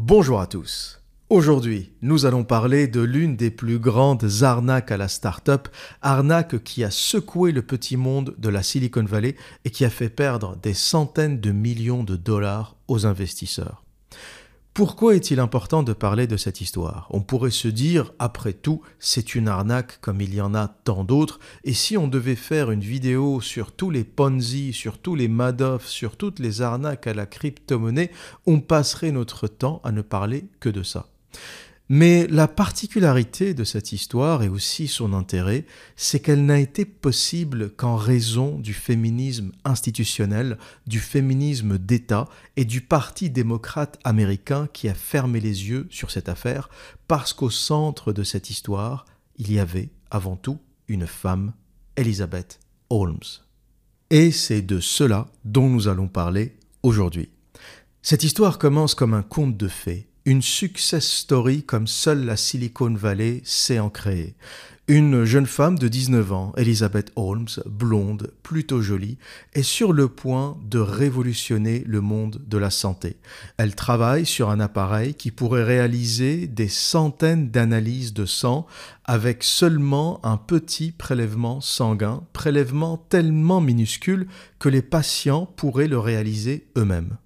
Bonjour à tous. Aujourd'hui, nous allons parler de l'une des plus grandes arnaques à la start-up, arnaque qui a secoué le petit monde de la Silicon Valley et qui a fait perdre des centaines de millions de dollars aux investisseurs. Pourquoi est-il important de parler de cette histoire ? On pourrait se dire, après tout, c'est une arnaque comme il y en a tant d'autres, et si on devait faire une vidéo sur tous les Ponzi, sur tous les Madoff, sur toutes les arnaques à la crypto-monnaie, on passerait notre temps à ne parler que de ça. Mais la particularité de cette histoire et aussi son intérêt, c'est qu'elle n'a été possible qu'en raison du féminisme institutionnel, du féminisme d'État et du Parti démocrate américain qui a fermé les yeux sur cette affaire parce qu'au centre de cette histoire, il y avait avant tout une femme, Elizabeth Holmes. Et c'est de cela dont nous allons parler aujourd'hui. Cette histoire commence comme un conte de fées. Une success story comme seule la Silicon Valley sait en créer. Une jeune femme de 19 ans, Elizabeth Holmes, blonde, plutôt jolie, est sur le point de révolutionner le monde de la santé. Elle travaille sur un appareil qui pourrait réaliser des centaines d'analyses de sang avec seulement un petit prélèvement sanguin, prélèvement tellement minuscule que les patients pourraient le réaliser eux-mêmes.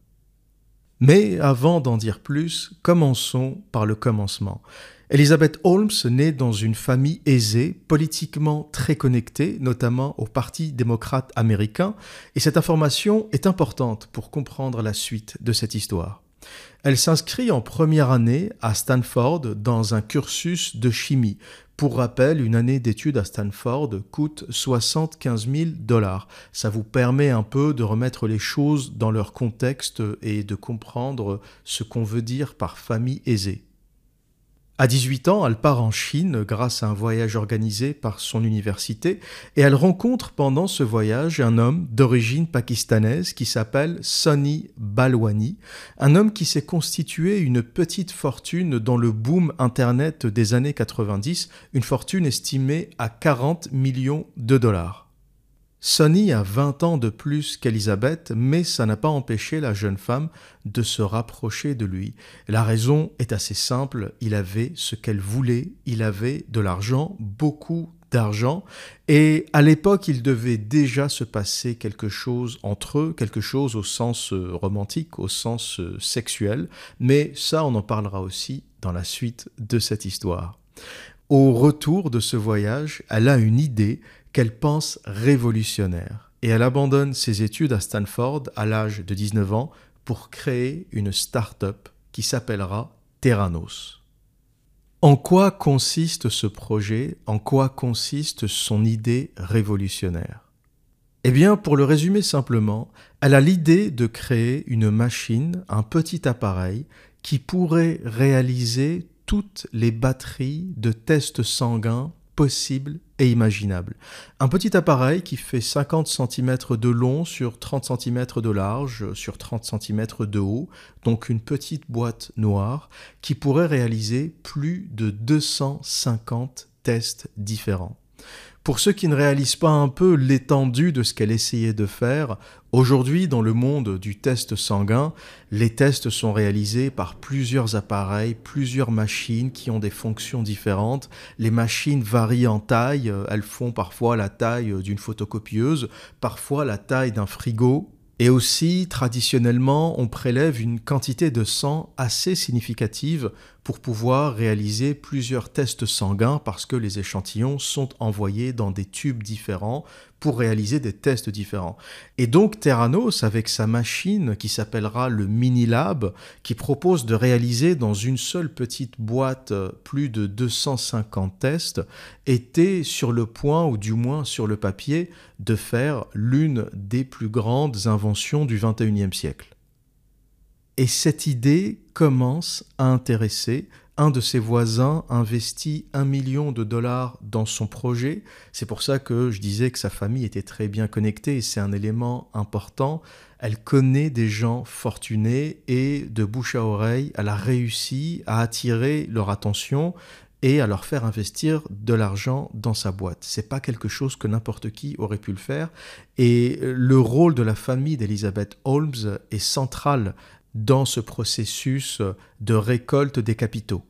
Mais avant d'en dire plus, commençons par le commencement. Elizabeth Holmes naît dans une famille aisée, politiquement très connectée, notamment au Parti démocrate américain, et cette information est importante pour comprendre la suite de cette histoire. Elle s'inscrit en première année à Stanford dans un cursus de chimie. Pour rappel, une année d'études à Stanford coûte 75 000 $. Ça vous permet un peu de remettre les choses dans leur contexte et de comprendre ce qu'on veut dire par famille aisée. À 18 ans, elle part en Chine grâce à un voyage organisé par son université et elle rencontre pendant ce voyage un homme d'origine pakistanaise qui s'appelle Sonny Balwani, un homme qui s'est constitué une petite fortune dans le boom Internet des années 90, une fortune estimée à 40 millions de dollars. Sonny a 20 ans de plus qu'Elizabeth, mais ça n'a pas empêché la jeune femme de se rapprocher de lui. La raison est assez simple, il avait ce qu'elle voulait, il avait de l'argent, beaucoup d'argent, et à l'époque il devait déjà se passer quelque chose entre eux, quelque chose au sens romantique, au sens sexuel, mais ça on en parlera aussi dans la suite de cette histoire. Au retour de ce voyage, elle a une idée qu'elle pense révolutionnaire et elle abandonne ses études à Stanford à l'âge de 19 ans pour créer une start-up qui s'appellera Theranos. En quoi consiste ce projet ? En quoi consiste son idée révolutionnaire ? Eh bien, pour le résumer simplement, elle a l'idée de créer une machine, un petit appareil qui pourrait réaliser toutes les batteries de tests sanguins possibles et imaginables. Un petit appareil qui fait 50 cm de long sur 30 cm de large sur 30 cm de haut, donc une petite boîte noire qui pourrait réaliser plus de 250 tests différents. Pour ceux qui ne réalisent pas un peu l'étendue de ce qu'elle essayait de faire, aujourd'hui dans le monde du test sanguin, les tests sont réalisés par plusieurs appareils, plusieurs machines qui ont des fonctions différentes. Les machines varient en taille, elles font parfois la taille d'une photocopieuse, parfois la taille d'un frigo. Et aussi, traditionnellement, on prélève une quantité de sang assez significative pour pouvoir réaliser plusieurs tests sanguins parce que les échantillons sont envoyés dans des tubes différents pour réaliser des tests différents. Et donc Theranos, avec sa machine qui s'appellera le Minilab, qui propose de réaliser dans une seule petite boîte plus de 250 tests, était sur le point, ou du moins sur le papier, de faire l'une des plus grandes inventions du XXIe siècle. Et cette idée commence à intéresser. Un de ses voisins investit $1 million dans son projet. C'est pour ça que je disais que sa famille était très bien connectée et c'est un élément important. Elle connaît des gens fortunés et de bouche à oreille, elle a réussi à attirer leur attention et à leur faire investir de l'argent dans sa boîte. C'est pas quelque chose que n'importe qui aurait pu le faire. Et le rôle de la famille d'Elizabeth Holmes est central dans ce processus de récolte des capitaux.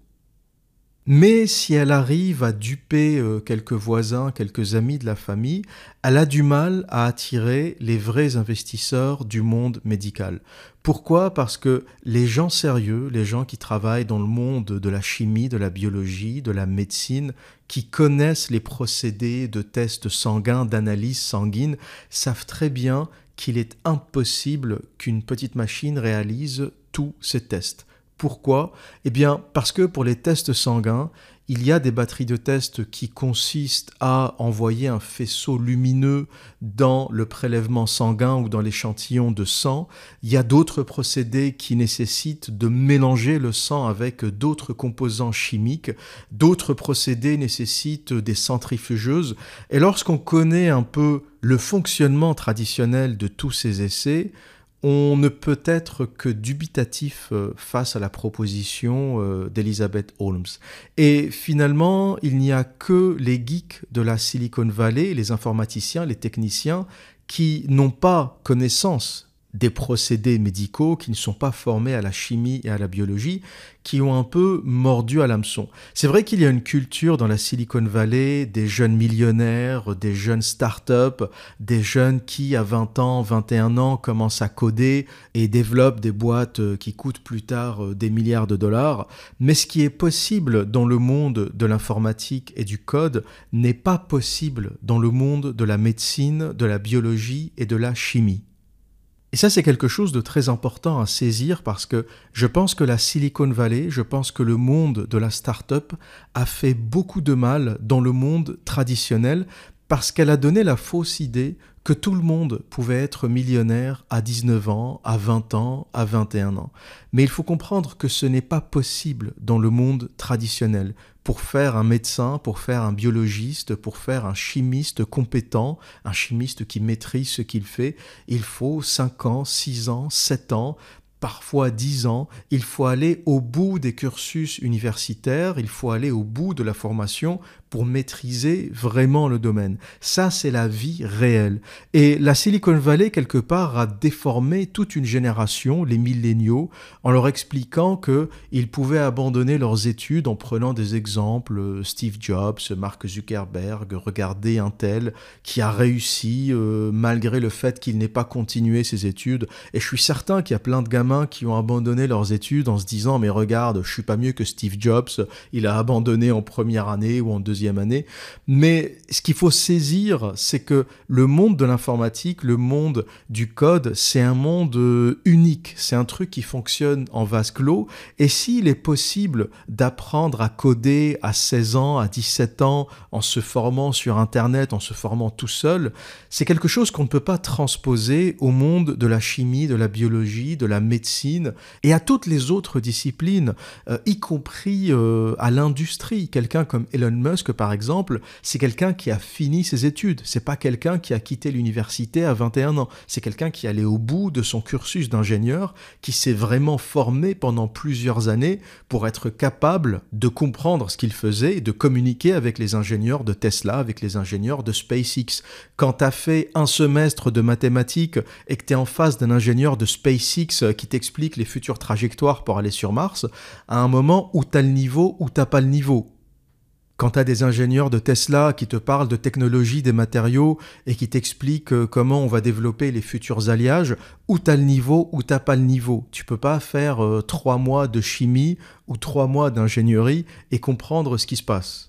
Mais si elle arrive à duper quelques voisins, quelques amis de la famille, elle a du mal à attirer les vrais investisseurs du monde médical. Pourquoi? Parce que les gens sérieux, les gens qui travaillent dans le monde de la chimie, de la biologie, de la médecine, qui connaissent les procédés de tests sanguins, d'analyse sanguine, savent très bien qu'il est impossible qu'une petite machine réalise tous ces tests. Pourquoi? Eh bien, parce que pour les tests sanguins, il y a des batteries de tests qui consistent à envoyer un faisceau lumineux dans le prélèvement sanguin ou dans l'échantillon de sang. Il y a d'autres procédés qui nécessitent de mélanger le sang avec d'autres composants chimiques. D'autres procédés nécessitent des centrifugeuses. Et lorsqu'on connaît un peu le fonctionnement traditionnel de tous ces essais, on ne peut être que dubitatif face à la proposition d'Elizabeth Holmes. Et finalement, il n'y a que les geeks de la Silicon Valley, les informaticiens, les techniciens, qui n'ont pas connaissance des procédés médicaux, qui ne sont pas formés à la chimie et à la biologie, qui ont un peu mordu à l'hameçon. C'est vrai qu'il y a une culture dans la Silicon Valley, des jeunes millionnaires, des jeunes start-up, des jeunes qui, à 20 ans, 21 ans, commencent à coder et développent des boîtes qui coûtent plus tard des milliards de dollars. Mais ce qui est possible dans le monde de l'informatique et du code n'est pas possible dans le monde de la médecine, de la biologie et de la chimie. Et ça, c'est quelque chose de très important à saisir parce que je pense que la Silicon Valley, je pense que le monde de la start-up a fait beaucoup de mal dans le monde traditionnel parce qu'elle a donné la fausse idée que tout le monde pouvait être millionnaire à 19 ans, à 20 ans, à 21 ans. Mais il faut comprendre que ce n'est pas possible dans le monde traditionnel. Pour faire un médecin, pour faire un biologiste, pour faire un chimiste compétent, un chimiste qui maîtrise ce qu'il fait, il faut 5 ans, 6 ans, 7 ans, parfois 10 ans. Il faut aller au bout des cursus universitaires, il faut aller au bout de la formation pour maîtriser vraiment le domaine. Ça, c'est la vie réelle. Et la Silicon Valley, quelque part, a déformé toute une génération, les milléniaux, en leur expliquant qu'ils pouvaient abandonner leurs études en prenant des exemples. Steve Jobs, Mark Zuckerberg, regardez un tel qui a réussi malgré le fait qu'il n'ait pas continué ses études. Et je suis certain qu'il y a plein de gamins qui ont abandonné leurs études en se disant « Mais regarde, je suis pas mieux que Steve Jobs, il a abandonné en première année ou en deuxième année. » Mais ce qu'il faut saisir, c'est que le monde de l'informatique, le monde du code, c'est un monde unique. C'est un truc qui fonctionne en vase clos. Et s'il est possible d'apprendre à coder à 16 ans, à 17 ans, en se formant sur Internet, en se formant tout seul, c'est quelque chose qu'on ne peut pas transposer au monde de la chimie, de la biologie, de la médecine et à toutes les autres disciplines, y compris à l'industrie. Quelqu'un comme Elon Musk, par exemple, c'est quelqu'un qui a fini ses études. C'est pas quelqu'un qui a quitté l'université à 21 ans. C'est quelqu'un qui allait au bout de son cursus d'ingénieur, qui s'est vraiment formé pendant plusieurs années pour être capable de comprendre ce qu'il faisait et de communiquer avec les ingénieurs de Tesla, avec les ingénieurs de SpaceX. Quand tu as fait un semestre de mathématiques et que tu es en face d'un ingénieur de SpaceX qui t'explique les futures trajectoires pour aller sur Mars, à un moment où tu as le niveau ou tu n'as pas le niveau. Quand tu as des ingénieurs de Tesla qui te parlent de technologie des matériaux et qui t'expliquent comment on va développer les futurs alliages, où tu as le niveau ou tu n'as pas le niveau. Tu peux pas faire 3 mois de chimie ou 3 mois d'ingénierie et comprendre ce qui se passe.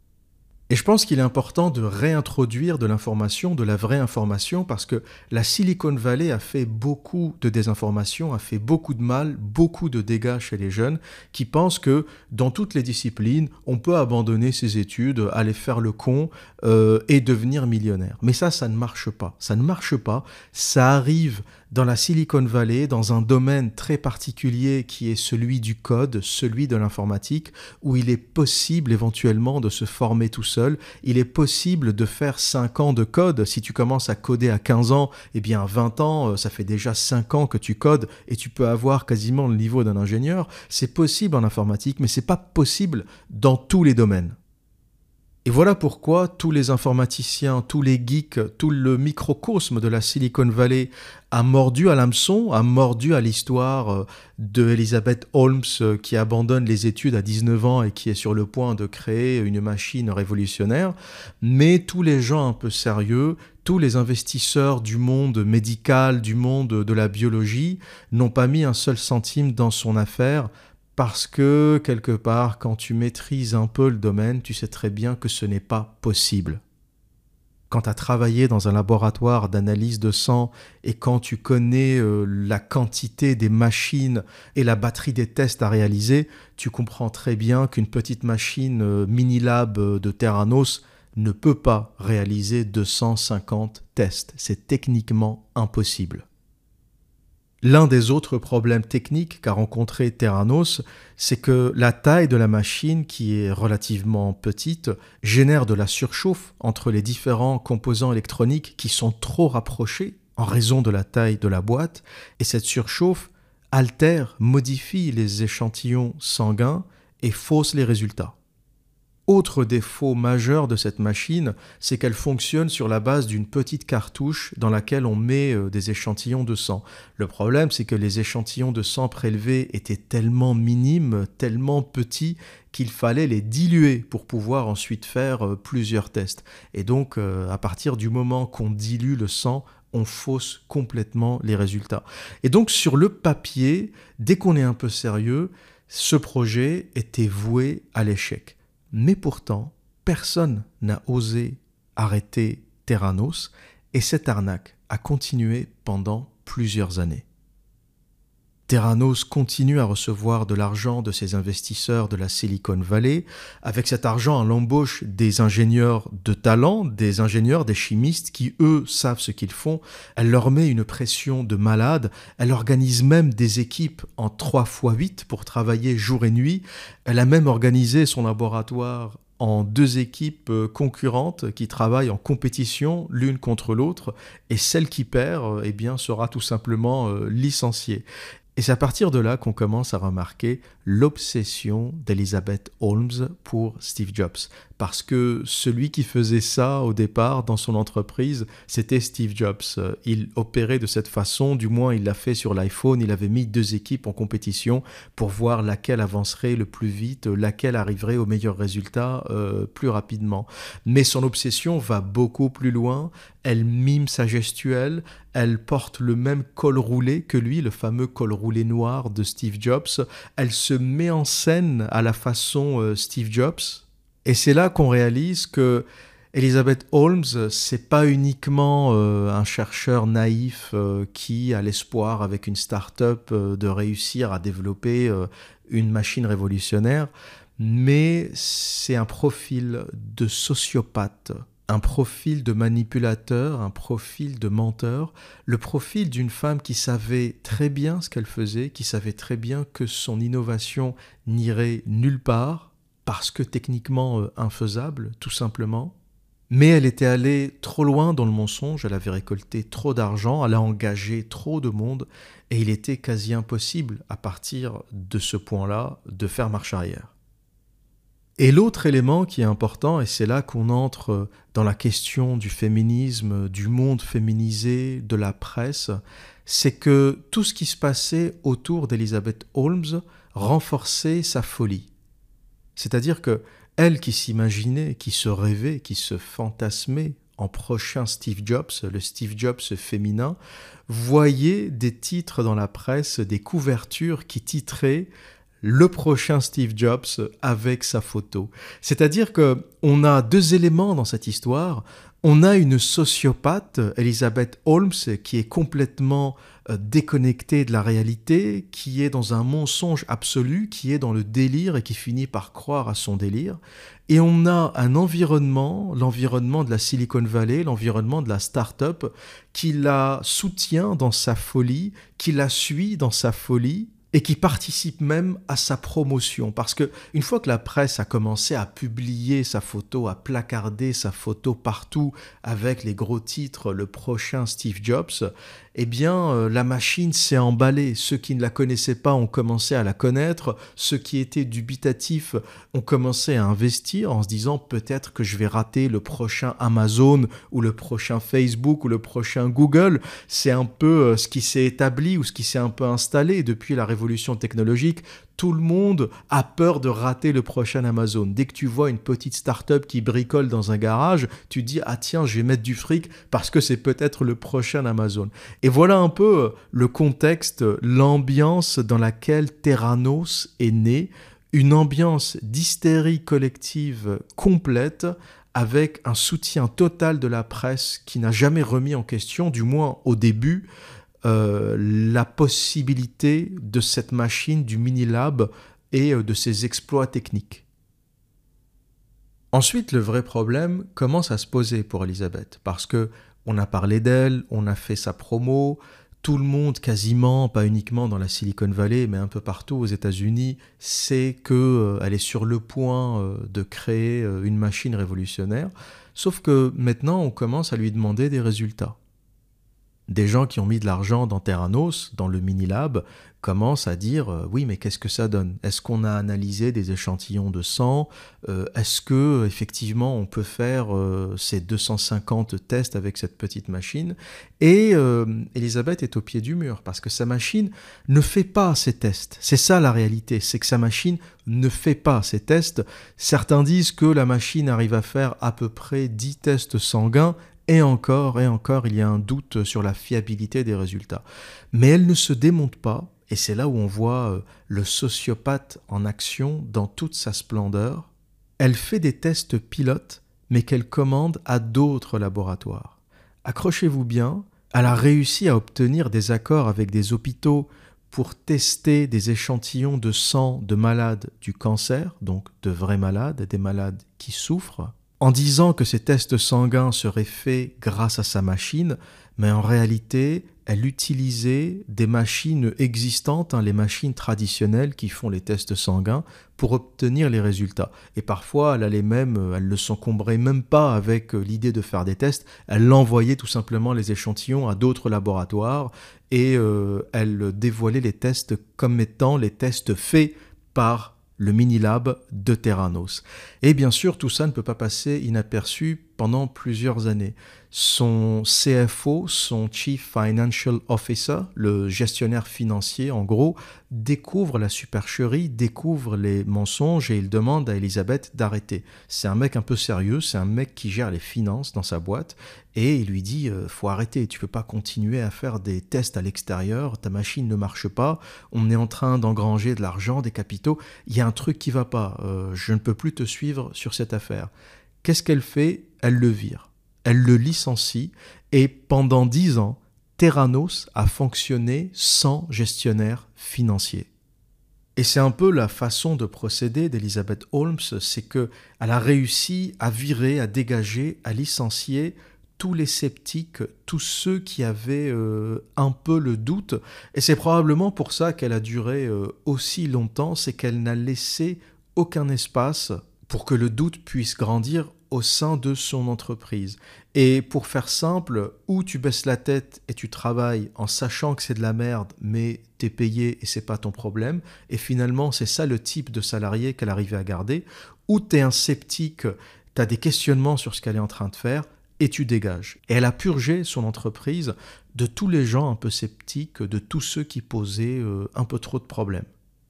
Et je pense qu'il est important de réintroduire de l'information, de la vraie information, parce que la Silicon Valley a fait beaucoup de désinformation, a fait beaucoup de mal, beaucoup de dégâts chez les jeunes qui pensent que dans toutes les disciplines, on peut abandonner ses études, aller faire le con et devenir millionnaire. Mais ça ne marche pas. Ça ne marche pas. Ça arrive dans la Silicon Valley, dans un domaine très particulier qui est celui du code, celui de l'informatique, où il est possible éventuellement de se former tout seul. Il est possible de faire 5 ans de code. Si tu commences à coder à 15 ans, eh bien à 20 ans, ça fait déjà 5 ans que tu codes et tu peux avoir quasiment le niveau d'un ingénieur. C'est possible en informatique, mais c'est pas possible dans tous les domaines. Et voilà pourquoi tous les informaticiens, tous les geeks, tout le microcosme de la Silicon Valley a mordu à l'hameçon, a mordu à l'histoire de Elizabeth Holmes qui abandonne les études à 19 ans et qui est sur le point de créer une machine révolutionnaire. Mais tous les gens un peu sérieux, tous les investisseurs du monde médical, du monde de la biologie, n'ont pas mis un seul centime dans son affaire. Parce que, quelque part, quand tu maîtrises un peu le domaine, tu sais très bien que ce n'est pas possible. Quand tu as travaillé dans un laboratoire d'analyse de sang et quand tu connais la quantité des machines et la batterie des tests à réaliser, tu comprends très bien qu'une petite machine mini-lab de Theranos ne peut pas réaliser 250 tests. C'est techniquement impossible. L'un des autres problèmes techniques qu'a rencontré Theranos, c'est que la taille de la machine, qui est relativement petite, génère de la surchauffe entre les différents composants électroniques qui sont trop rapprochés en raison de la taille de la boîte, et cette surchauffe altère, modifie les échantillons sanguins et fausse les résultats. Autre défaut majeur de cette machine, c'est qu'elle fonctionne sur la base d'une petite cartouche dans laquelle on met des échantillons de sang. Le problème, c'est que les échantillons de sang prélevés étaient tellement minimes, tellement petits, qu'il fallait les diluer pour pouvoir ensuite faire plusieurs tests. Et donc, à partir du moment qu'on dilue le sang, on fausse complètement les résultats. Et donc, sur le papier, dès qu'on est un peu sérieux, ce projet était voué à l'échec. Mais pourtant, personne n'a osé arrêter Theranos et cette arnaque a continué pendant plusieurs années. Theranos continue à recevoir de l'argent de ses investisseurs de la Silicon Valley. Avec cet argent, elle embauche des ingénieurs de talent, des ingénieurs, des chimistes qui, eux, savent ce qu'ils font. Elle leur met une pression de malade. Elle organise même des équipes en 3x8 pour travailler jour et nuit. Elle a même organisé son laboratoire en 2 équipes concurrentes qui travaillent en compétition l'une contre l'autre. Et celle qui perd, eh bien, sera tout simplement licenciée. Et c'est à partir de là qu'on commence à remarquer l'obsession d'Elizabeth Holmes pour Steve Jobs. Parce que celui qui faisait ça au départ dans son entreprise, c'était Steve Jobs. Il opérait de cette façon, du moins il l'a fait sur l'iPhone, il avait mis 2 équipes en compétition pour voir laquelle avancerait le plus vite, laquelle arriverait au meilleur résultat plus rapidement. Mais son obsession va beaucoup plus loin, elle mime sa gestuelle, elle porte le même col roulé que lui, le fameux col roulé noir de Steve Jobs, elle se met en scène à la façon Steve Jobs. Et c'est là qu'on réalise que Elizabeth Holmes, c'est pas uniquement un chercheur naïf qui a l'espoir avec une start-up de réussir à développer une machine révolutionnaire, mais c'est un profil de sociopathe, un profil de manipulateur, un profil de menteur, le profil d'une femme qui savait très bien ce qu'elle faisait, qui savait très bien que son innovation n'irait nulle part, parce que techniquement infaisable, tout simplement. Mais elle était allée trop loin dans le mensonge, elle avait récolté trop d'argent, elle a engagé trop de monde, et il était quasi impossible, à partir de ce point-là, de faire marche arrière. Et l'autre élément qui est important, et c'est là qu'on entre dans la question du féminisme, du monde féminisé, de la presse, c'est que tout ce qui se passait autour d'Elizabeth Holmes renforçait sa folie. C'est-à-dire que elle qui s'imaginait, qui se rêvait, qui se fantasmait en prochain Steve Jobs, le Steve Jobs féminin, voyait des titres dans la presse, des couvertures qui titraient le prochain Steve Jobs avec sa photo. C'est-à-dire qu'on a 2 éléments dans cette histoire. On a une sociopathe, Elizabeth Holmes, qui est complètement déconnectée de la réalité, qui est dans un mensonge absolu, qui est dans le délire et qui finit par croire à son délire. Et on a un environnement, l'environnement de la Silicon Valley, l'environnement de la start-up, qui la soutient dans sa folie, qui la suit dans sa folie, et qui participe même à sa promotion. Parce que une fois que la presse a commencé à publier sa photo, à placarder sa photo partout avec les gros titres « Le prochain Steve Jobs », eh bien, la machine s'est emballée. Ceux qui ne la connaissaient pas ont commencé à la connaître. Ceux qui étaient dubitatifs ont commencé à investir en se disant peut-être que je vais rater le prochain Amazon ou le prochain Facebook ou le prochain Google. C'est un peu ce qui s'est établi ou ce qui s'est un peu installé depuis la révolution technologique. Tout le monde a peur de rater le prochain Amazon. Dès que tu vois une petite start-up qui bricole dans un garage, tu dis « Ah tiens, je vais mettre du fric parce que c'est peut-être le prochain Amazon. » Et voilà un peu le contexte, l'ambiance dans laquelle Theranos est né, une ambiance d'hystérie collective complète avec un soutien total de la presse qui n'a jamais remis en question, du moins au début, la possibilité de cette machine, du Minilab et de ses exploits techniques. Ensuite, le vrai problème commence à se poser pour Elisabeth, parce que on a parlé d'elle, on a fait sa promo, tout le monde quasiment, pas uniquement dans la Silicon Valley, mais un peu partout aux États-Unis, sait qu'elle est sur le point de créer une machine révolutionnaire, sauf que maintenant on commence à lui demander des résultats. Des gens qui ont mis de l'argent dans Theranos, dans le Minilab, commencent à dire oui, mais qu'est-ce que ça donne? Est-ce qu'on a analysé des échantillons de sang? Est-ce que effectivement on peut faire ces 250 tests avec cette petite machine? Et Elisabeth est au pied du mur parce que sa machine ne fait pas ces tests. C'est ça la réalité, c'est que sa machine ne fait pas ces tests. Certains disent que la machine arrive à faire à peu près 10 tests sanguins. Et encore, il y a un doute sur la fiabilité des résultats. Mais elle ne se démonte pas, et c'est là où on voit le sociopathe en action dans toute sa splendeur. Elle fait des tests pilotes, mais qu'elle commande à d'autres laboratoires. Accrochez-vous bien, elle a réussi à obtenir des accords avec des hôpitaux pour tester des échantillons de sang de malades du cancer, donc de vrais malades, des malades qui souffrent, en disant que ces tests sanguins seraient faits grâce à sa machine, mais en réalité, elle utilisait des machines existantes, les machines traditionnelles qui font les tests sanguins, pour obtenir les résultats. Et parfois, elle ne s'encombrait même pas avec l'idée de faire des tests, elle envoyait tout simplement les échantillons à d'autres laboratoires et elle dévoilait les tests comme étant les tests faits par le Minilab de Theranos. Et bien sûr, tout ça ne peut pas passer inaperçu pendant plusieurs années. Son CFO, son Chief Financial Officer, le gestionnaire financier en gros, découvre la supercherie, découvre les mensonges et il demande à Elisabeth d'arrêter. C'est un mec un peu sérieux, c'est un mec qui gère les finances dans sa boîte et il lui dit faut arrêter, tu peux pas continuer à faire des tests à l'extérieur, ta machine ne marche pas, on est en train d'engranger de l'argent, des capitaux, il y a un truc qui va pas, je ne peux plus te suivre sur cette affaire. Qu'est-ce qu'elle fait? Elle le vire. Elle le licencie et pendant 10 ans, Theranos a fonctionné sans gestionnaire financier. Et c'est un peu la façon de procéder d'Elizabeth Holmes, c'est qu'elle a réussi à virer, à dégager, à licencier tous les sceptiques, tous ceux qui avaient un peu le doute. Et c'est probablement pour ça qu'elle a duré aussi longtemps, c'est qu'elle n'a laissé aucun espace pour que le doute puisse grandir au sein de son entreprise. Et pour faire simple, ou tu baisses la tête et tu travailles en sachant que c'est de la merde, mais t'es payé et c'est pas ton problème, et finalement c'est ça le type de salarié qu'elle arrivait à garder, ou t'es un sceptique, t'as des questionnements sur ce qu'elle est en train de faire, et tu dégages. Et elle a purgé son entreprise de tous les gens un peu sceptiques, de tous ceux qui posaient un peu trop de problèmes.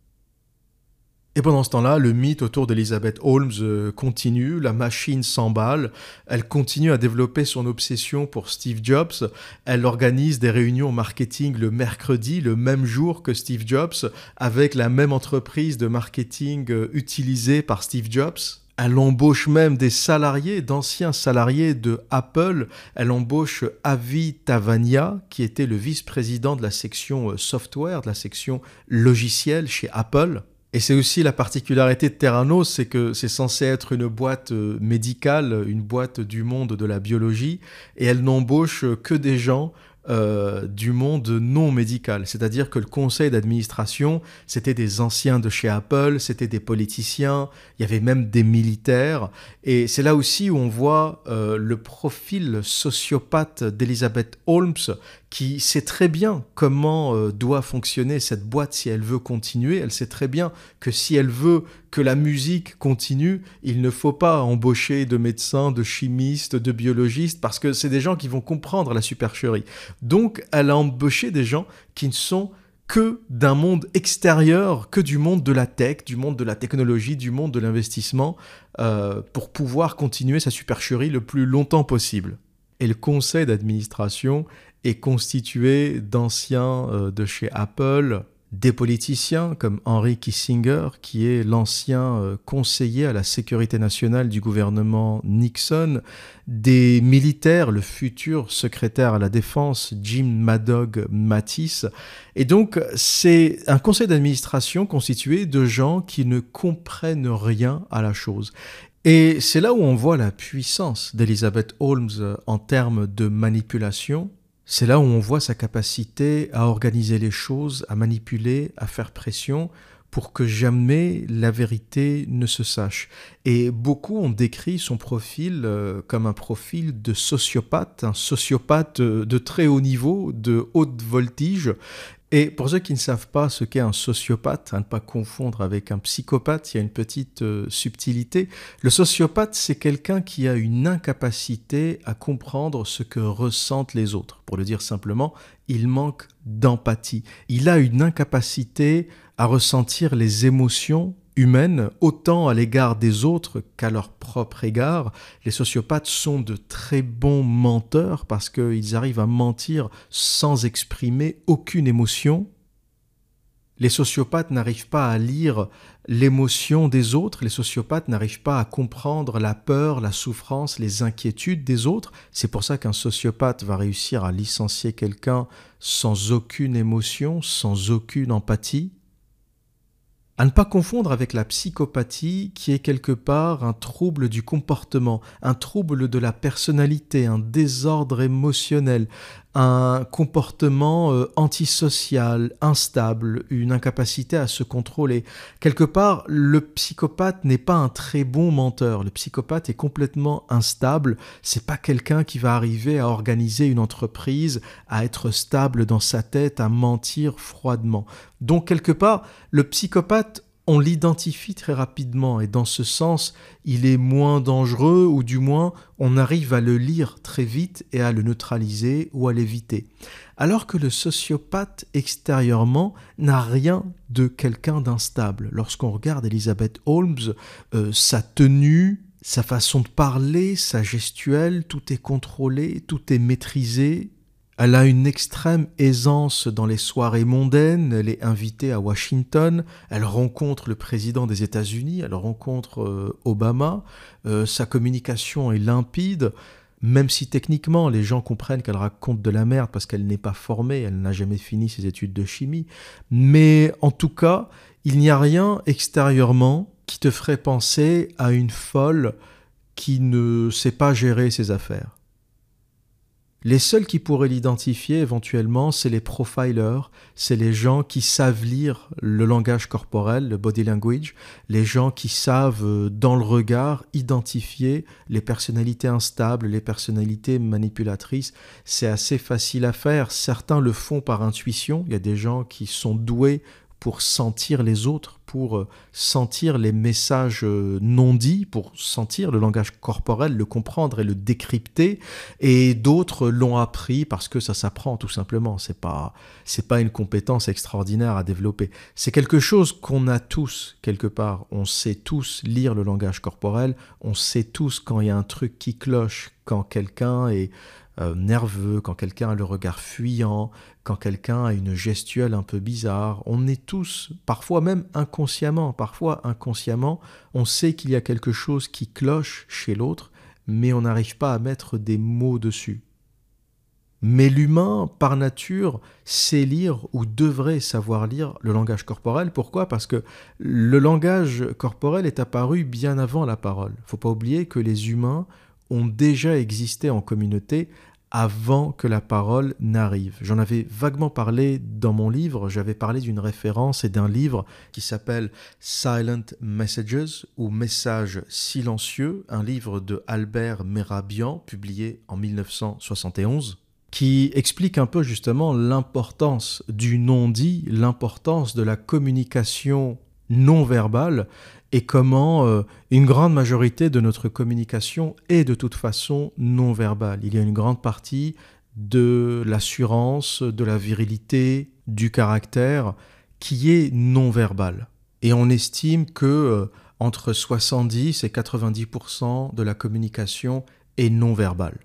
Et pendant ce temps-là, le mythe autour d'Elizabeth Holmes continue, la machine s'emballe, elle continue à développer son obsession pour Steve Jobs, elle organise des réunions marketing le mercredi, le même jour que Steve Jobs, avec la même entreprise de marketing utilisée par Steve Jobs. Elle embauche même des salariés, d'anciens salariés de Apple. Elle embauche Avi Tavania, qui était le vice-président de la section software, de la section logiciel chez Apple. Et c'est aussi la particularité de Theranos, c'est que c'est censé être une boîte médicale, une boîte du monde de la biologie, et elle n'embauche que des gens du monde non médical. C'est-à-dire que le conseil d'administration, c'était des anciens de chez Apple, c'était des politiciens, il y avait même des militaires. Et c'est là aussi où on voit le profil sociopathe d'Elizabeth Holmes qui sait très bien comment doit fonctionner cette boîte si elle veut continuer. Elle sait très bien que si elle veut que la musique continue, il ne faut pas embaucher de médecins, de chimistes, de biologistes, parce que c'est des gens qui vont comprendre la supercherie. Donc, elle a embauché des gens qui ne sont que d'un monde extérieur, que du monde de la tech, du monde de la technologie, du monde de l'investissement, pour pouvoir continuer sa supercherie le plus longtemps possible. Et le conseil d'administration est constitué d'anciens de chez Apple, des politiciens comme Henry Kissinger, qui est l'ancien conseiller à la sécurité nationale du gouvernement Nixon, des militaires, le futur secrétaire à la défense Jim Madog Mattis. Et donc, c'est un conseil d'administration constitué de gens qui ne comprennent rien à la chose. Et c'est là où on voit la puissance d'Elizabeth Holmes en termes de manipulation. C'est là où on voit sa capacité à organiser les choses, à manipuler, à faire pression pour que jamais la vérité ne se sache. Et beaucoup ont décrit son profil comme un profil de sociopathe, un sociopathe de très haut niveau, de haute voltige. Et pour ceux qui ne savent pas ce qu'est un sociopathe, à ne pas confondre avec un psychopathe, il y a une petite subtilité. Le sociopathe, c'est quelqu'un qui a une incapacité à comprendre ce que ressentent les autres. Pour le dire simplement, il manque d'empathie. Il a une incapacité à ressentir les émotions humaines, autant à l'égard des autres qu'à leur propre égard. Les sociopathes sont de très bons menteurs parce qu'ils arrivent à mentir sans exprimer aucune émotion. Les sociopathes n'arrivent pas à lire l'émotion des autres, les sociopathes n'arrivent pas à comprendre la peur, la souffrance, les inquiétudes des autres. C'est pour ça qu'un sociopathe va réussir à licencier quelqu'un sans aucune émotion, sans aucune empathie. À ne pas confondre avec la psychopathie qui est quelque part un trouble du comportement, un trouble de la personnalité, un désordre émotionnel, un comportement antisocial, instable, une incapacité à se contrôler. Quelque part, le psychopathe n'est pas un très bon menteur. Le psychopathe est complètement instable. C'est pas quelqu'un qui va arriver à organiser une entreprise, à être stable dans sa tête, à mentir froidement. Donc, quelque part, le psychopathe, on l'identifie très rapidement et dans ce sens, il est moins dangereux ou du moins, on arrive à le lire très vite et à le neutraliser ou à l'éviter. Alors que le sociopathe, extérieurement, n'a rien de quelqu'un d'instable. Lorsqu'on regarde Elizabeth Holmes, sa tenue, sa façon de parler, sa gestuelle, tout est contrôlé, tout est maîtrisé. Elle a une extrême aisance dans les soirées mondaines, elle est invitée à Washington, elle rencontre le président des États-Unis, elle rencontre Obama, sa communication est limpide, même si techniquement les gens comprennent qu'elle raconte de la merde parce qu'elle n'est pas formée, elle n'a jamais fini ses études de chimie, mais en tout cas, il n'y a rien extérieurement qui te ferait penser à une folle qui ne sait pas gérer ses affaires. Les seuls qui pourraient l'identifier éventuellement, c'est les profilers, c'est les gens qui savent lire le langage corporel, le body language, les gens qui savent dans le regard identifier les personnalités instables, les personnalités manipulatrices. C'est assez facile à faire, certains le font par intuition, il y a des gens qui sont doués pour sentir les autres, pour sentir les messages non dits, pour sentir le langage corporel, le comprendre et le décrypter, et d'autres l'ont appris parce que ça s'apprend tout simplement, c'est pas une compétence extraordinaire à développer, c'est quelque chose qu'on a tous quelque part, on sait tous lire le langage corporel, on sait tous quand il y a un truc qui cloche, quand quelqu'un est nerveux, quand quelqu'un a le regard fuyant, quand quelqu'un a une gestuelle un peu bizarre. On est tous, parfois même inconsciemment, on sait qu'il y a quelque chose qui cloche chez l'autre, mais on n'arrive pas à mettre des mots dessus. Mais l'humain, par nature, sait lire ou devrait savoir lire le langage corporel. Pourquoi ? Parce que le langage corporel est apparu bien avant la parole. Il ne faut pas oublier que les humains ont déjà existé en communauté avant que la parole n'arrive. J'en avais vaguement parlé dans mon livre, j'avais parlé d'une référence et d'un livre qui s'appelle Silent Messages ou Messages silencieux, un livre de Albert Mehrabian publié en 1971. qui explique un peu justement l'importance du non-dit, l'importance de la communication non verbale et comment une grande majorité de notre communication est de toute façon non verbale. Il y a une grande partie de l'assurance, de la virilité, du caractère qui est non verbale. Et on estime que entre 70 et 90% de la communication est non verbale.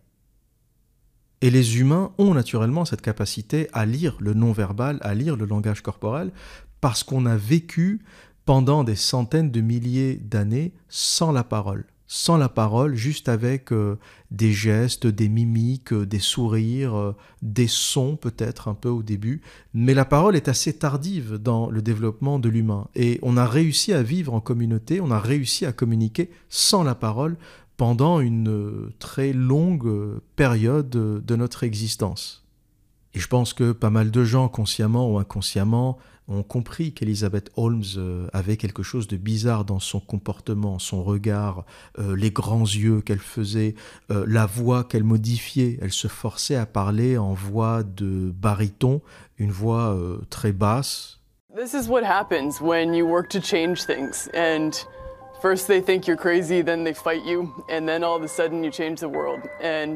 Et les humains ont naturellement cette capacité à lire le non-verbal, à lire le langage corporel, parce qu'on a vécu pendant des centaines de milliers d'années sans la parole. Sans la parole, juste avec des gestes, des mimiques, des sourires, des sons peut-être un peu au début. Mais la parole est assez tardive dans le développement de l'humain. Et on a réussi à vivre en communauté, on a réussi à communiquer sans la parole pendant une très longue période de notre existence. Et je pense que pas mal de gens, consciemment ou inconsciemment, ont compris qu'Elizabeth Holmes avait quelque chose de bizarre dans son comportement, son regard, les grands yeux qu'elle faisait, la voix qu'elle modifiait. Elle se forçait à parler en voix de baryton, une voix très basse. This is what happens when you work to change things. And first they think you're crazy, then they fight you, and then all of a sudden you change the world. And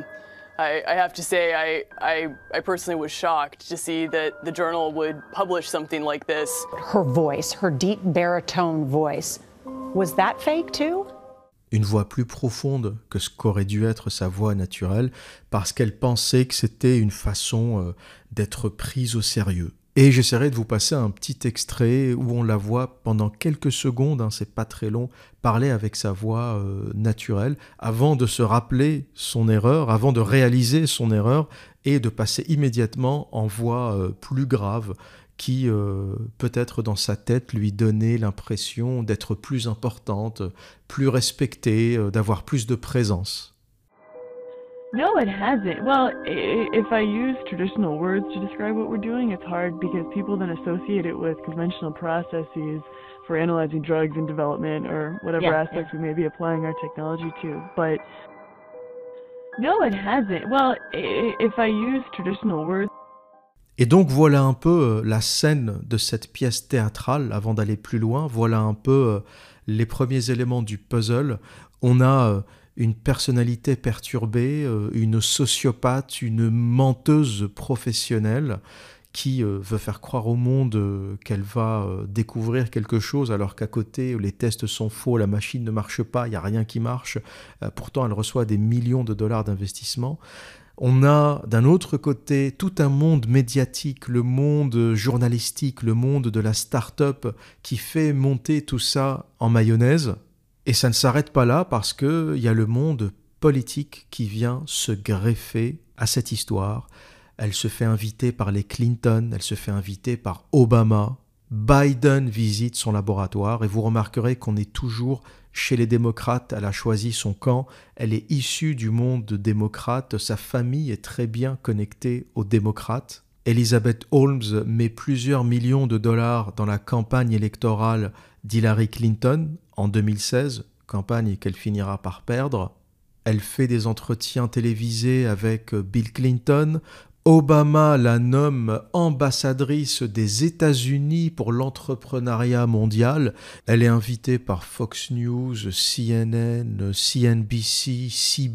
I have to say, I personally was shocked to see that the journal would publish something like this. Her voice, her deep baritone voice, was that fake too? Une voix plus profonde que ce qu'aurait dû être sa voix naturelle, parce qu'elle pensait que c'était une façon d'être prise au sérieux. Et j'essaierai de vous passer un petit extrait où on la voit pendant quelques secondes, hein, c'est pas très long, parler avec sa voix naturelle, avant de se rappeler son erreur, avant de réaliser son erreur, et de passer immédiatement en voix plus grave, qui peut-être dans sa tête lui donnait l'impression d'être plus importante, plus respectée, d'avoir plus de présence. No, it hasn't. Well, if I use traditional words to describe what we're doing, it's hard because people then associate it with conventional processes for analyzing drugs in development or whatever aspects we may be applying our technology to. But no, it hasn't. Well, if I use traditional words. Et donc voilà un peu la scène de cette pièce théâtrale, avant d'aller plus loin, voilà un peu les premiers éléments du puzzle. On a une personnalité perturbée, une sociopathe, une menteuse professionnelle qui veut faire croire au monde qu'elle va découvrir quelque chose alors qu'à côté les tests sont faux, la machine ne marche pas, il n'y a rien qui marche. Pourtant elle reçoit des millions de dollars d'investissement. On a d'un autre côté tout un monde médiatique, le monde journalistique, le monde de la start-up qui fait monter tout ça en mayonnaise. Et ça ne s'arrête pas là parce qu'il y a le monde politique qui vient se greffer à cette histoire. Elle se fait inviter par les Clinton, elle se fait inviter par Obama. Biden visite son laboratoire et vous remarquerez qu'on est toujours chez les démocrates. Elle a choisi son camp, elle est issue du monde démocrate, sa famille est très bien connectée aux démocrates. Elizabeth Holmes met plusieurs millions de dollars dans la campagne électorale d'Hillary Clinton en 2016, campagne qu'elle finira par perdre. Elle fait des entretiens télévisés avec Bill Clinton. Obama la nomme ambassadrice des États-Unis pour l'entrepreneuriat mondial. Elle est invitée par Fox News, CNN, CNBC,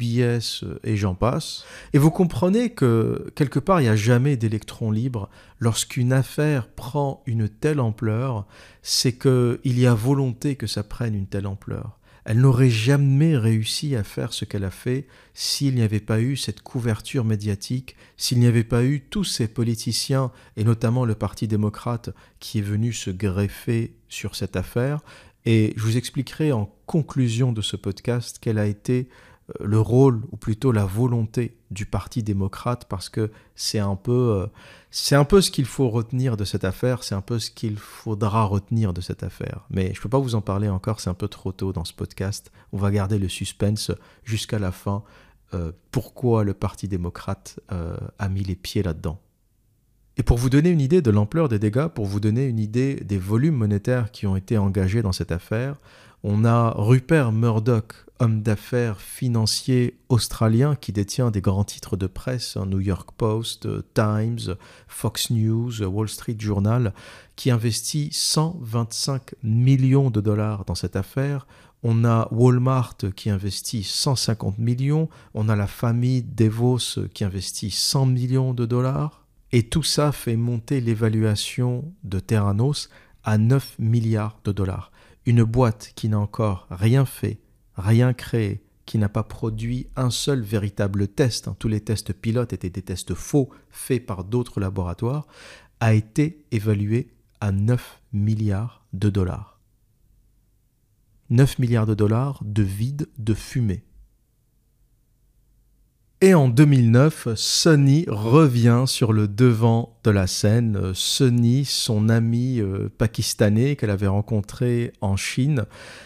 CBS et j'en passe. Et vous comprenez que quelque part, il n'y a jamais d'électron libre. Lorsqu'une affaire prend une telle ampleur, c'est qu'il y a volonté que ça prenne une telle ampleur. Elle n'aurait jamais réussi à faire ce qu'elle a fait s'il n'y avait pas eu cette couverture médiatique, s'il n'y avait pas eu tous ces politiciens, et notamment le Parti démocrate, qui est venu se greffer sur cette affaire. Et je vous expliquerai en conclusion de ce podcast quel a été le rôle, ou plutôt la volonté du Parti démocrate, parce que c'est un peu ce qu'il faut retenir de cette affaire, c'est un peu ce qu'il faudra retenir de cette affaire. Mais je ne peux pas vous en parler encore, c'est un peu trop tôt dans ce podcast. On va garder le suspense jusqu'à la fin. Pourquoi le Parti démocrate a mis les pieds là-dedans. Et pour vous donner une idée de l'ampleur des dégâts, pour vous donner une idée des volumes monétaires qui ont été engagés dans cette affaire, on a Rupert Murdoch, homme d'affaires financier australien qui détient des grands titres de presse, New York Post, Times, Fox News, Wall Street Journal, qui investit 125 millions de dollars dans cette affaire. On a Walmart qui investit 150 millions, on a la famille DeVos qui investit 100 millions de dollars. Et tout ça fait monter l'évaluation de Theranos à 9 milliards de dollars. Une boîte qui n'a encore rien fait, rien créé, qui n'a pas produit un seul véritable test, tous les tests pilotes étaient des tests faux faits par d'autres laboratoires, a été évaluée à 9 milliards de dollars. 9 milliards de dollars de vide, de fumée. Et en 2009, Sony revient sur le devant de la scène. Sony, son ami pakistanais qu'elle avait rencontré en Chine,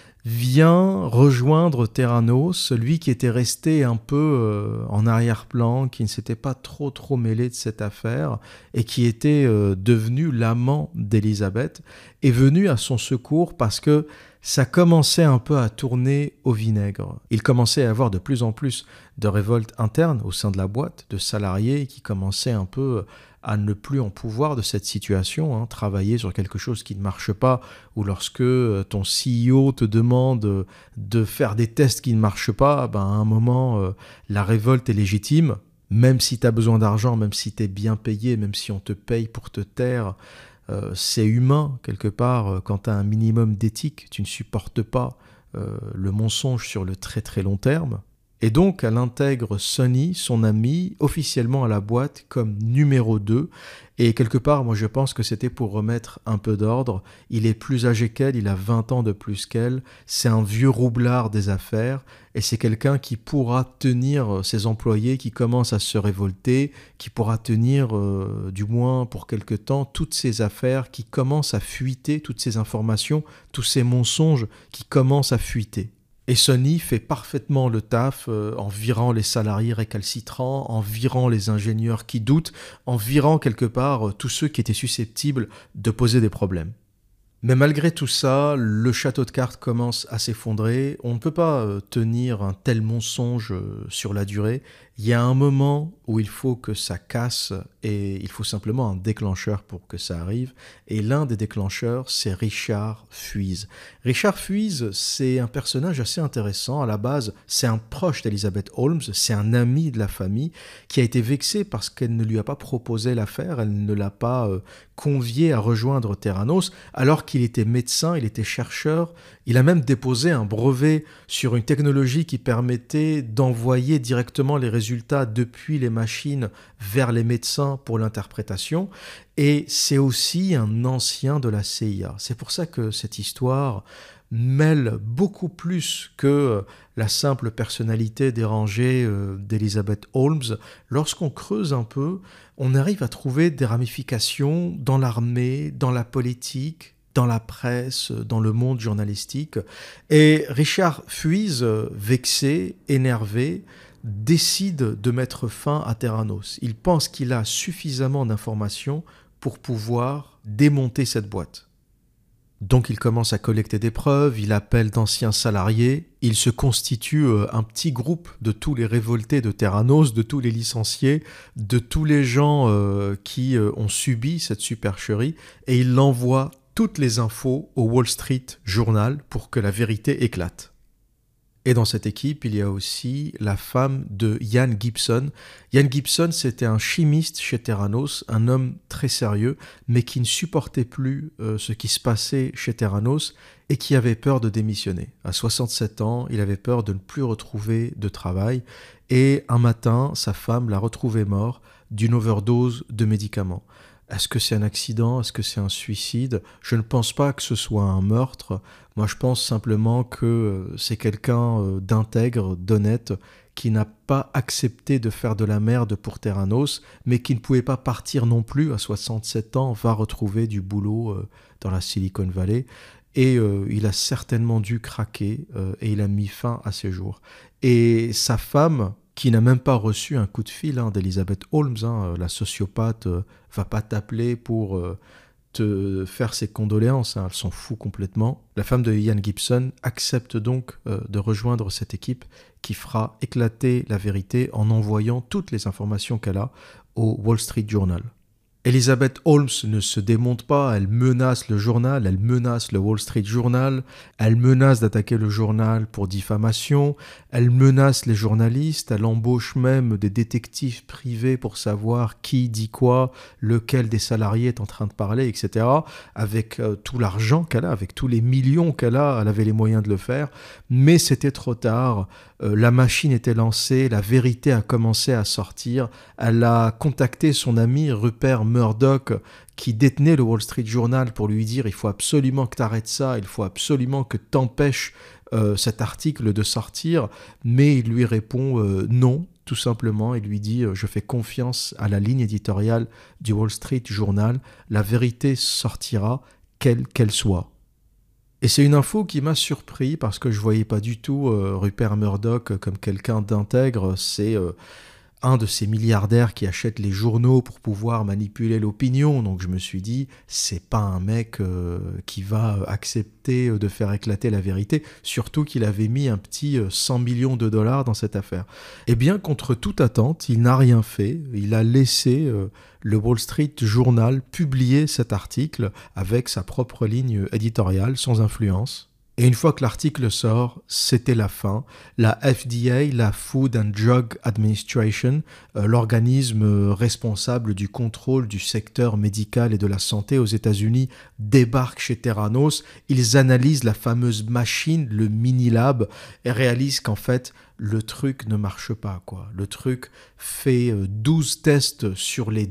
vient rejoindre Theranos, celui qui était resté un peu en arrière-plan, qui ne s'était pas trop mêlé de cette affaire et qui était devenu l'amant d'Elisabeth, est venu à son secours parce que ça commençait un peu à tourner au vinaigre. Il commençait à y avoir de plus en plus de révoltes internes au sein de la boîte, de salariés qui commençaient un peu à ne plus en pouvoir de cette situation, travailler sur quelque chose qui ne marche pas, ou lorsque ton CEO te demande de faire des tests qui ne marchent pas, à un moment, la révolte est légitime, même si tu as besoin d'argent, même si tu es bien payé, même si on te paye pour te taire. C'est humain, quelque part, quand tu as un minimum d'éthique, tu ne supportes pas le mensonge sur le très long terme. Et donc, elle intègre Sony, son ami, officiellement à la boîte comme numéro 2. Et quelque part, moi je pense que c'était pour remettre un peu d'ordre. Il est plus âgé qu'elle, il a 20 ans de plus qu'elle. C'est un vieux roublard des affaires. Et c'est quelqu'un qui pourra tenir ses employés qui commencent à se révolter, qui pourra tenir, du moins pour quelque temps, toutes ces affaires qui commencent à fuiter, toutes ces informations, tous ces mensonges qui commencent à fuiter. Et Sony fait parfaitement le taf en virant les salariés récalcitrants, en virant les ingénieurs qui doutent, en virant quelque part tous ceux qui étaient susceptibles de poser des problèmes. Mais malgré tout ça, le château de cartes commence à s'effondrer. On ne peut pas tenir un tel mensonge sur la durée. Il y a un moment où il faut que ça casse et il faut simplement un déclencheur pour que ça arrive. Et l'un des déclencheurs, c'est Richard Fuiz. Richard Fuiz, c'est un personnage assez intéressant. À la base, c'est un proche d'Elizabeth Holmes, c'est un ami de la famille qui a été vexé parce qu'elle ne lui a pas proposé l'affaire, elle ne l'a pas convié à rejoindre Theranos, alors qu'il était médecin, il était chercheur. Il a même déposé un brevet sur une technologie qui permettait d'envoyer directement les résultats depuis les machines vers les médecins pour l'interprétation. Et c'est aussi un ancien de la CIA. C'est pour ça que cette histoire mêle beaucoup plus que la simple personnalité dérangée d'Elizabeth Holmes. Lorsqu'on creuse un peu, on arrive à trouver des ramifications dans l'armée, dans la politique, dans la presse, dans le monde journalistique. Et Richard Fuiz, vexé, énervé, décide de mettre fin à Theranos. Il pense qu'il a suffisamment d'informations pour pouvoir démonter cette boîte. Donc il commence à collecter des preuves, il appelle d'anciens salariés, il se constitue un petit groupe de tous les révoltés de Theranos, de tous les licenciés, de tous les gens qui ont subi cette supercherie, et il envoie toutes les infos au Wall Street Journal pour que la vérité éclate. Et dans cette équipe, il y a aussi la femme de Ian Gibson. Ian Gibson, c'était un chimiste chez Theranos, un homme très sérieux, mais qui ne supportait plus ce qui se passait chez Theranos et qui avait peur de démissionner. À 67 ans, il avait peur de ne plus retrouver de travail. Et un matin, sa femme l'a retrouvé mort d'une overdose de médicaments. Est-ce que c'est un accident? Est-ce que c'est un suicide? Je ne pense pas que ce soit un meurtre. Moi, je pense simplement que c'est quelqu'un d'intègre, d'honnête, qui n'a pas accepté de faire de la merde pour Theranos, mais qui ne pouvait pas partir non plus à 67 ans, va retrouver du boulot dans la Silicon Valley. Et il a certainement dû craquer et il a mis fin à ses jours. Et sa femme qui n'a même pas reçu un coup de fil d'Elizabeth Holmes. La sociopathe va pas t'appeler pour te faire ses condoléances, elle s'en fout complètement. La femme de Ian Gibson accepte donc de rejoindre cette équipe qui fera éclater la vérité en envoyant toutes les informations qu'elle a au Wall Street Journal. Elizabeth Holmes ne se démonte pas, elle menace le journal, elle menace le Wall Street Journal, elle menace d'attaquer le journal pour diffamation, elle menace les journalistes, elle embauche même des détectives privés pour savoir qui dit quoi, lequel des salariés est en train de parler, etc. Avec tout l'argent qu'elle a, avec tous les millions qu'elle a, elle avait les moyens de le faire, mais c'était trop tard. La machine était lancée, la vérité a commencé à sortir. Elle a contacté son ami Rupert Murdoch qui détenait le Wall Street Journal pour lui dire « il faut absolument que tu arrêtes ça, il faut absolument que tu empêches cet article de sortir ». Mais il lui répond non, tout simplement. Il lui dit « je fais confiance à la ligne éditoriale du Wall Street Journal, la vérité sortira, quelle qu'elle soit ». Et c'est une info qui m'a surpris parce que je ne voyais pas du tout Rupert Murdoch comme quelqu'un d'intègre. C'est un de ces milliardaires qui achètent les journaux pour pouvoir manipuler l'opinion. Donc je me suis dit, c'est pas un mec qui va accepter de faire éclater la vérité, surtout qu'il avait mis un petit 100 millions de dollars dans cette affaire. Eh bien, contre toute attente, il n'a rien fait. Il a laissé le Wall Street Journal publier cet article avec sa propre ligne éditoriale, sans influence. Et une fois que l'article sort, c'était la fin. La FDA, la Food and Drug Administration, l'organisme responsable du contrôle du secteur médical et de la santé aux États-Unis, débarque chez Theranos. Ils analysent la fameuse machine, le mini-lab, et réalisent qu'en fait, le truc ne marche pas, quoi. Le truc fait 12 tests sur les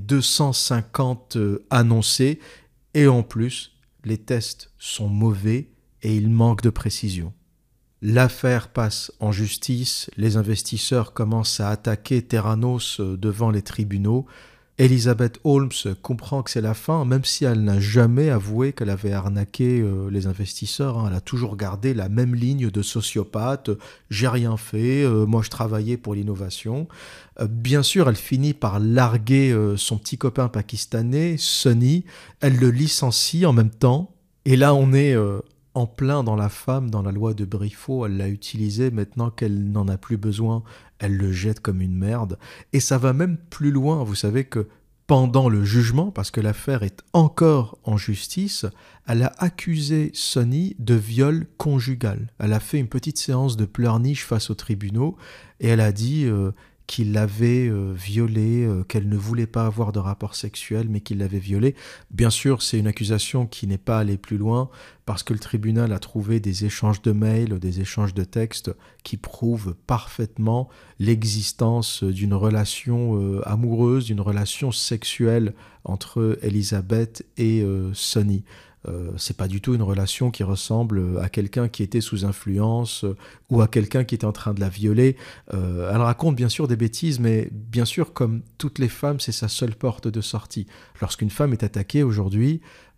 250 annoncés, et en plus, les tests sont mauvais, et il manque de précision. L'affaire passe en justice, les investisseurs commencent à attaquer Theranos devant les tribunaux. Elizabeth Holmes comprend que c'est la fin, même si elle n'a jamais avoué qu'elle avait arnaqué les investisseurs. Elle a toujours gardé la même ligne de sociopathe. J'ai rien fait, moi je travaillais pour l'innovation. Bien sûr, elle finit par larguer son petit copain pakistanais, Sonny. Elle le licencie en même temps. Et là, on est en plein dans la femme, dans la loi de Briffaut, elle l'a utilisé, maintenant qu'elle n'en a plus besoin, elle le jette comme une merde. Et ça va même plus loin, vous savez que pendant le jugement, parce que l'affaire est encore en justice, elle a accusé Sonny de viol conjugal. Elle a fait une petite séance de pleurniche face aux tribunaux et elle a dit qu'il l'avait violée, qu'elle ne voulait pas avoir de rapport sexuel, mais qu'il l'avait violée. Bien sûr, c'est une accusation qui n'est pas allée plus loin, parce que le tribunal a trouvé des échanges de mails, des échanges de textes qui prouvent parfaitement l'existence d'une relation amoureuse, d'une relation sexuelle entre Elizabeth et Sonny. C'est pas du tout une relation qui ressemble à quelqu'un qui était sous influence ou à quelqu'un qui était en train de la violer. Elle raconte bien sûr des bêtises, mais bien sûr, comme toutes les femmes, c'est sa seule porte de sortie. Lorsqu'une femme est attaquée aujourd'hui,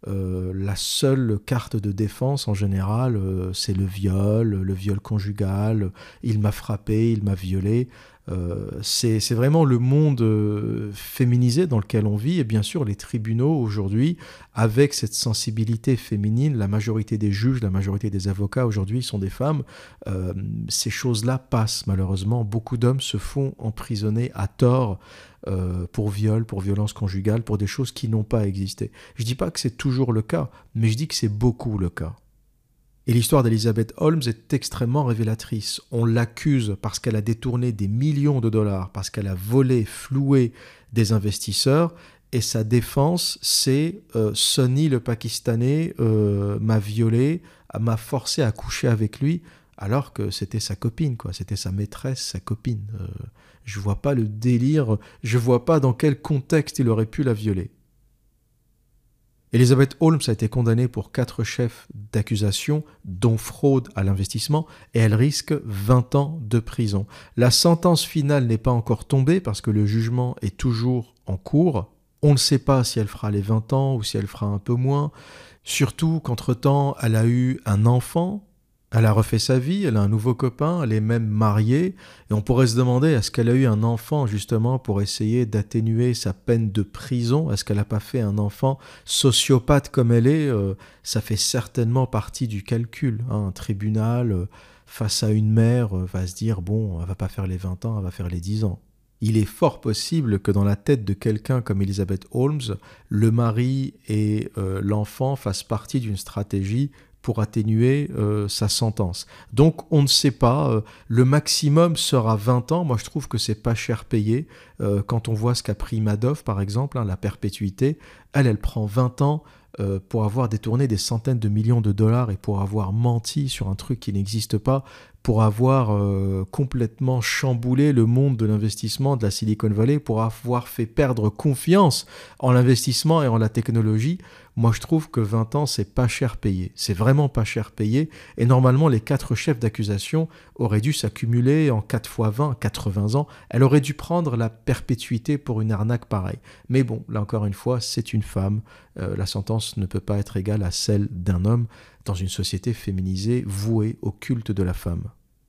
la seule carte de défense en général, c'est le viol conjugal, il m'a frappé, il m'a violé. C'est vraiment le monde féminisé dans lequel on vit, et bien sûr les tribunaux aujourd'hui, avec cette sensibilité féminine, la majorité des juges, la majorité des avocats aujourd'hui sont des femmes. Ces choses-là passent malheureusement. Beaucoup d'hommes se font emprisonner à tort pour viol, pour violence conjugale, pour des choses qui n'ont pas existé. Je ne dis pas que c'est toujours le cas, mais je dis que c'est beaucoup le cas. Et l'histoire d'Elizabeth Holmes est extrêmement révélatrice. On l'accuse parce qu'elle a détourné des millions de dollars, parce qu'elle a volé, floué des investisseurs, et sa défense, c'est Sonny le Pakistanais m'a violé, m'a forcé à coucher avec lui, alors que c'était sa copine, quoi. C'était sa maîtresse, sa copine. Je vois pas le délire, je vois pas dans quel contexte il aurait pu la violer. Elizabeth Holmes a été condamnée pour 4 chefs d'accusation, dont fraude à l'investissement, et elle risque 20 ans de prison. La sentence finale n'est pas encore tombée parce que le jugement est toujours en cours. On ne sait pas si elle fera les 20 ans ou si elle fera un peu moins. Surtout qu'entre-temps, elle a eu un enfant Elle a refait sa vie, elle a un nouveau copain, elle est même mariée, et on pourrait se demander est-ce qu'elle a eu un enfant justement pour essayer d'atténuer sa peine de prison? Est-ce qu'elle n'a pas fait un enfant sociopathe comme elle est? Ça fait certainement partie du calcul. Un tribunal, face à une mère, va se dire bon, elle va pas faire les 20 ans, elle va faire les 10 ans. Il est fort possible que dans la tête de quelqu'un comme Elizabeth Holmes, le mari et l'enfant fassent partie d'une stratégie pour atténuer sa sentence. Donc on ne sait pas, le maximum sera 20 ans, moi je trouve que c'est pas cher payé, quand on voit ce qu'a pris Madoff par exemple, la perpétuité, elle prend 20 ans pour avoir détourné des centaines de millions de dollars et pour avoir menti sur un truc qui n'existe pas, pour avoir complètement chamboulé le monde de l'investissement de la Silicon Valley, pour avoir fait perdre confiance en l'investissement et en la technologie. Moi, je trouve que 20 ans, c'est pas cher payé. C'est vraiment pas cher payé. Et normalement, les 4 chefs d'accusation auraient dû s'accumuler en 4 fois 20, 80 ans. Elle aurait dû prendre la perpétuité pour une arnaque pareille. Mais bon, là encore une fois, c'est une femme. La sentence ne peut pas être égale à celle d'un homme dans une société féminisée vouée au culte de la femme.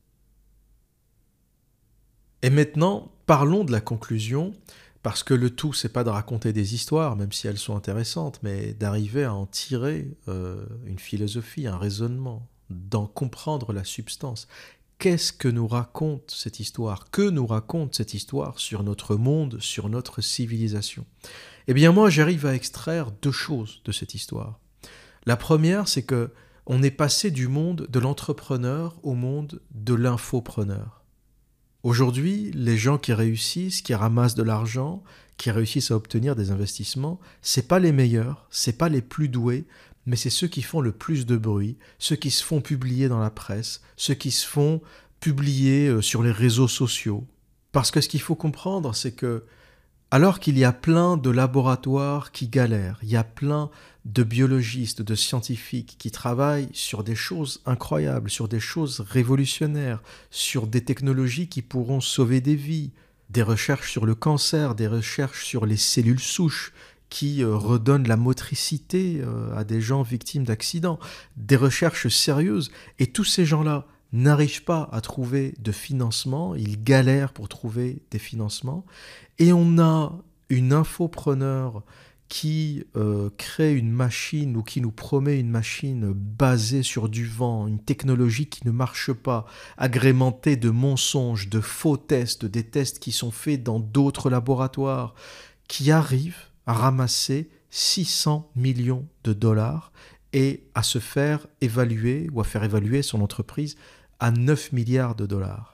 Et maintenant, parlons de la conclusion, parce que le tout, c'est pas de raconter des histoires, même si elles sont intéressantes, mais d'arriver à en tirer une philosophie, un raisonnement, d'en comprendre la substance. Qu'est-ce que nous raconte cette histoire? Que nous raconte cette histoire sur notre monde, sur notre civilisation? Eh bien moi, j'arrive à extraire 2 choses de cette histoire. La première, c'est que on est passé du monde de l'entrepreneur au monde de l'infopreneur. Aujourd'hui, les gens qui réussissent, qui ramassent de l'argent, qui réussissent à obtenir des investissements, c'est pas les meilleurs, c'est pas les plus doués, mais c'est ceux qui font le plus de bruit, ceux qui se font publier dans la presse, ceux qui se font publier sur les réseaux sociaux. Parce que ce qu'il faut comprendre, c'est que alors qu'il y a plein de laboratoires qui galèrent, il y a plein de biologistes, de scientifiques qui travaillent sur des choses incroyables, sur des choses révolutionnaires, sur des technologies qui pourront sauver des vies, des recherches sur le cancer, des recherches sur les cellules souches qui redonnent la motricité à des gens victimes d'accidents, des recherches sérieuses. Et tous ces gens-là n'arrivent pas à trouver de financement, ils galèrent pour trouver des financements. Et on a une infopreneur qui crée une machine ou qui nous promet une machine basée sur du vent, une technologie qui ne marche pas, agrémentée de mensonges, de faux tests, des tests qui sont faits dans d'autres laboratoires, qui arrive à ramasser 600 millions de dollars et à se faire évaluer ou à faire évaluer son entreprise à 9 milliards de dollars.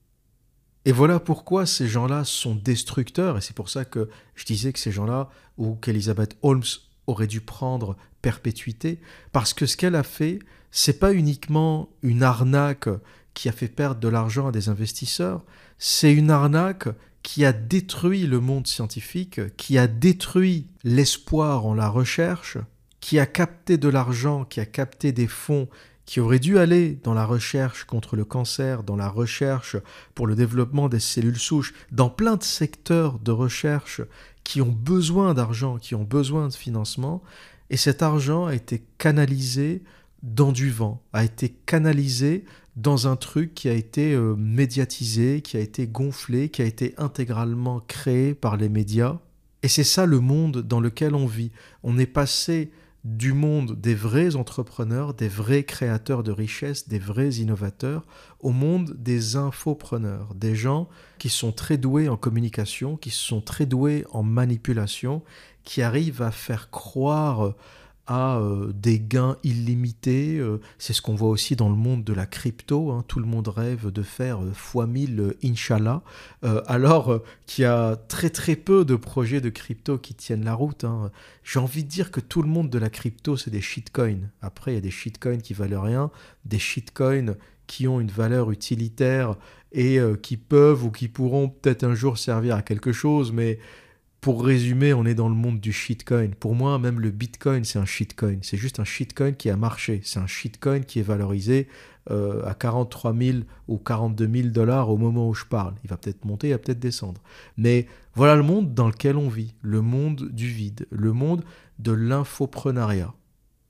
Et voilà pourquoi ces gens-là sont destructeurs, et c'est pour ça que je disais que ces gens-là, ou qu'Elizabeth Holmes aurait dû prendre perpétuité, parce que ce qu'elle a fait, c'est pas uniquement une arnaque qui a fait perdre de l'argent à des investisseurs, c'est une arnaque qui a détruit le monde scientifique, qui a détruit l'espoir en la recherche, qui a capté de l'argent, qui a capté des fonds qui auraient dû aller dans la recherche contre le cancer, dans la recherche pour le développement des cellules souches, dans plein de secteurs de recherche qui ont besoin d'argent, qui ont besoin de financement, et cet argent a été canalisé dans du vent, a été canalisé dans un truc qui a été médiatisé, qui a été gonflé, qui a été intégralement créé par les médias. Et c'est ça le monde dans lequel on vit. On est passé du monde des vrais entrepreneurs, des vrais créateurs de richesses, des vrais innovateurs, au monde des infopreneurs, des gens qui sont très doués en communication, qui sont très doués en manipulation, qui arrivent à faire croire à des gains illimités. C'est ce qu'on voit aussi dans le monde de la crypto. Tout le monde rêve de faire fois 1000 Inch'Allah, alors qu'il y a très très peu de projets de crypto qui tiennent la route. J'ai envie de dire que tout le monde de la crypto, c'est des shitcoins. Après, il y a des shitcoins qui valent rien, des shitcoins qui ont une valeur utilitaire et qui peuvent ou qui pourront peut-être un jour servir à quelque chose, mais pour résumer, on est dans le monde du shitcoin. Pour moi, même le bitcoin, c'est un shitcoin. C'est juste un shitcoin qui a marché. C'est un shitcoin qui est valorisé à 43 000 ou 42 000 dollars au moment où je parle. Il va peut-être monter, il va peut-être descendre. Mais voilà le monde dans lequel on vit. Le monde du vide. Le monde de l'infoprenariat.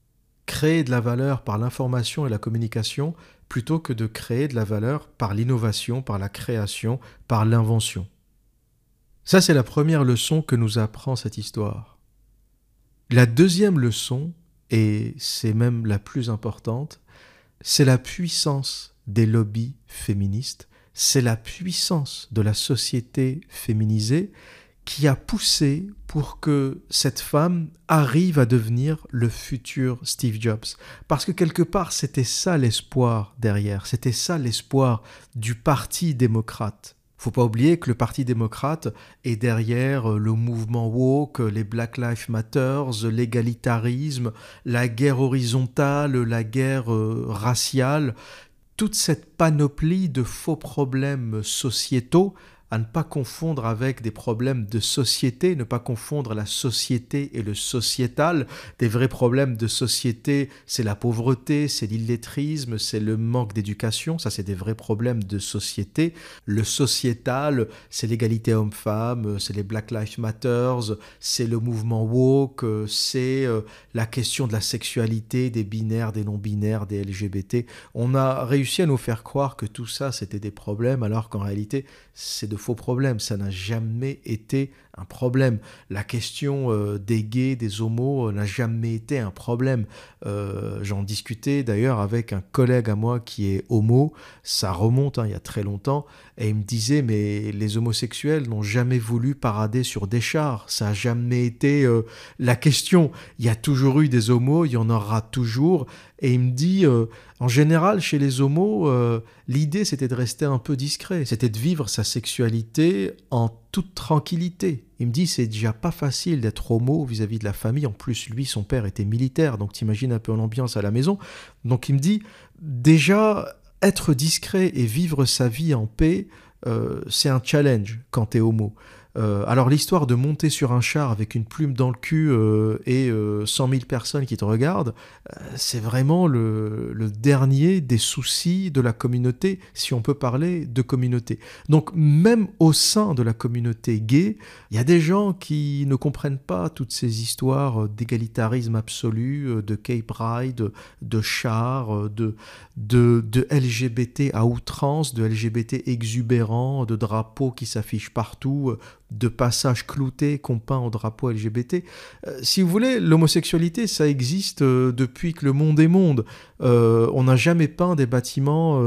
créer de la valeur par l'information et la communication plutôt que de créer de la valeur par l'innovation, par la création, par l'invention. Ça, c'est la première leçon que nous apprend cette histoire. La deuxième leçon, et c'est même la plus importante, c'est la puissance des lobbies féministes, c'est la puissance de la société féminisée qui a poussé pour que cette femme arrive à devenir le futur Steve Jobs. Parce que quelque part, c'était ça l'espoir derrière, c'était ça l'espoir du Parti démocrate. Faut pas oublier que le Parti démocrate est derrière le mouvement woke, les Black Lives Matter, l'égalitarisme, la guerre horizontale, la guerre raciale, toute cette panoplie de faux problèmes sociétaux, à ne pas confondre avec des problèmes de société, ne pas confondre la société et le sociétal. Des vrais problèmes de société, c'est la pauvreté, c'est l'illettrisme, c'est le manque d'éducation, ça c'est des vrais problèmes de société. Le sociétal, c'est l'égalité homme-femme, c'est les Black Lives Matter, c'est le mouvement woke, c'est la question de la sexualité, des binaires, des non-binaires, des LGBT. On a réussi à nous faire croire que tout ça c'était des problèmes, alors qu'en réalité c'est de faux problèmes, ça n'a jamais été un problème. La question des gays, des homos n'a jamais été un problème. J'en discutais d'ailleurs avec un collègue à moi qui est homo, ça remonte il y a très longtemps, et il me disait mais les homosexuels n'ont jamais voulu parader sur des chars, ça n'a jamais été la question. Il y a toujours eu des homos, il y en aura toujours, et il me dit en général chez les homos, l'idée c'était de rester un peu discret, c'était de vivre sa sexualité en toute tranquillité. Il me dit c'est déjà pas facile d'être homo vis-à-vis de la famille, en plus lui son père était militaire, donc t'imagines un peu l'ambiance à la maison. Donc il me dit déjà être discret et vivre sa vie en paix, c'est un challenge quand t'es homo. Alors l'histoire de monter sur un char avec une plume dans le cul et 100 000 personnes qui te regardent, c'est vraiment le dernier des soucis de la communauté, si on peut parler de communauté. Donc même au sein de la communauté gay, il y a des gens qui ne comprennent pas toutes ces histoires d'égalitarisme absolu, de gay pride, de chars, de LGBT à outrance, de LGBT exubérant, de drapeaux qui s'affichent partout, de passages cloutés qu'on peint au drapeau LGBT. Si vous voulez, l'homosexualité, ça existe depuis que le monde est monde. On n'a jamais peint des bâtiments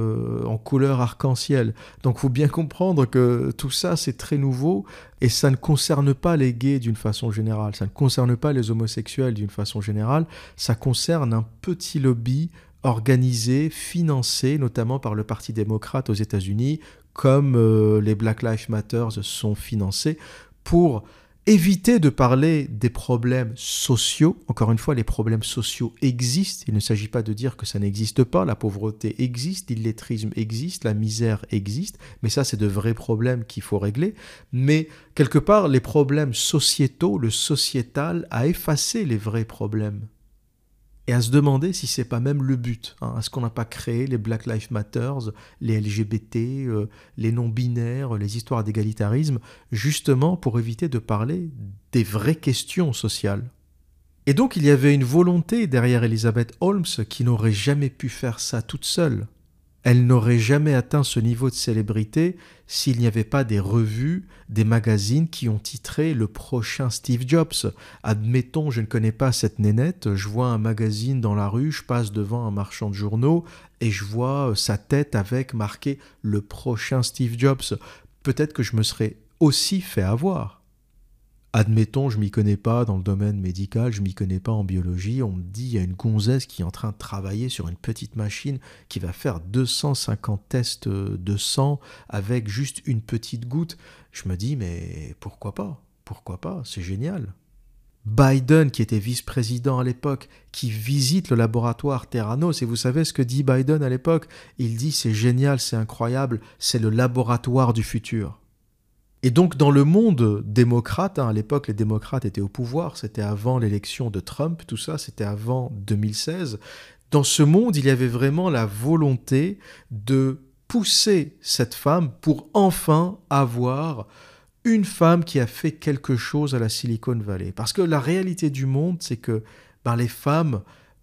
en couleur arc-en-ciel. Donc il faut bien comprendre que tout ça, c'est très nouveau et ça ne concerne pas les gays d'une façon générale, ça ne concerne pas les homosexuels d'une façon générale, ça concerne un petit lobby organisé, financé, notamment par le Parti démocrate aux États-Unis, comme les Black Lives Matter sont financés pour éviter de parler des problèmes sociaux. Encore une fois, les problèmes sociaux existent. Il ne s'agit pas de dire que ça n'existe pas. La pauvreté existe, l'illettrisme existe, la misère existe. Mais ça, c'est de vrais problèmes qu'il faut régler. Mais quelque part, les problèmes sociétaux, le sociétal a effacé les vrais problèmes. Et à se demander si c'est pas même le but. Est-ce qu'on n'a pas créé les Black Lives Matter, les LGBT, les non-binaires, les histoires d'égalitarisme, justement pour éviter de parler des vraies questions sociales. Et donc il y avait une volonté derrière Elizabeth Holmes qui n'aurait jamais pu faire ça toute seule. Elle n'aurait jamais atteint ce niveau de célébrité s'il n'y avait pas des revues, des magazines qui ont titré le prochain Steve Jobs. Admettons, je ne connais pas cette nénette, je vois un magazine dans la rue, je passe devant un marchand de journaux et je vois sa tête avec marqué le prochain Steve Jobs. Peut-être que je me serais aussi fait avoir. Admettons, je ne m'y connais pas dans le domaine médical, je ne m'y connais pas en biologie, on me dit il y a une gonzesse qui est en train de travailler sur une petite machine qui va faire 250 tests de sang avec juste une petite goutte. Je me dis mais pourquoi pas ? Pourquoi pas ? C'est génial. Biden, qui était vice-président à l'époque, qui visite le laboratoire Theranos, et vous savez ce que dit Biden à l'époque ? Il dit c'est génial, c'est incroyable, c'est le laboratoire du futur. Et donc dans le monde démocrate, à l'époque les démocrates étaient au pouvoir, c'était avant l'élection de Trump, tout ça c'était avant 2016, dans ce monde il y avait vraiment la volonté de pousser cette femme pour enfin avoir une femme qui a fait quelque chose à la Silicon Valley. Parce que la réalité du monde c'est que les femmes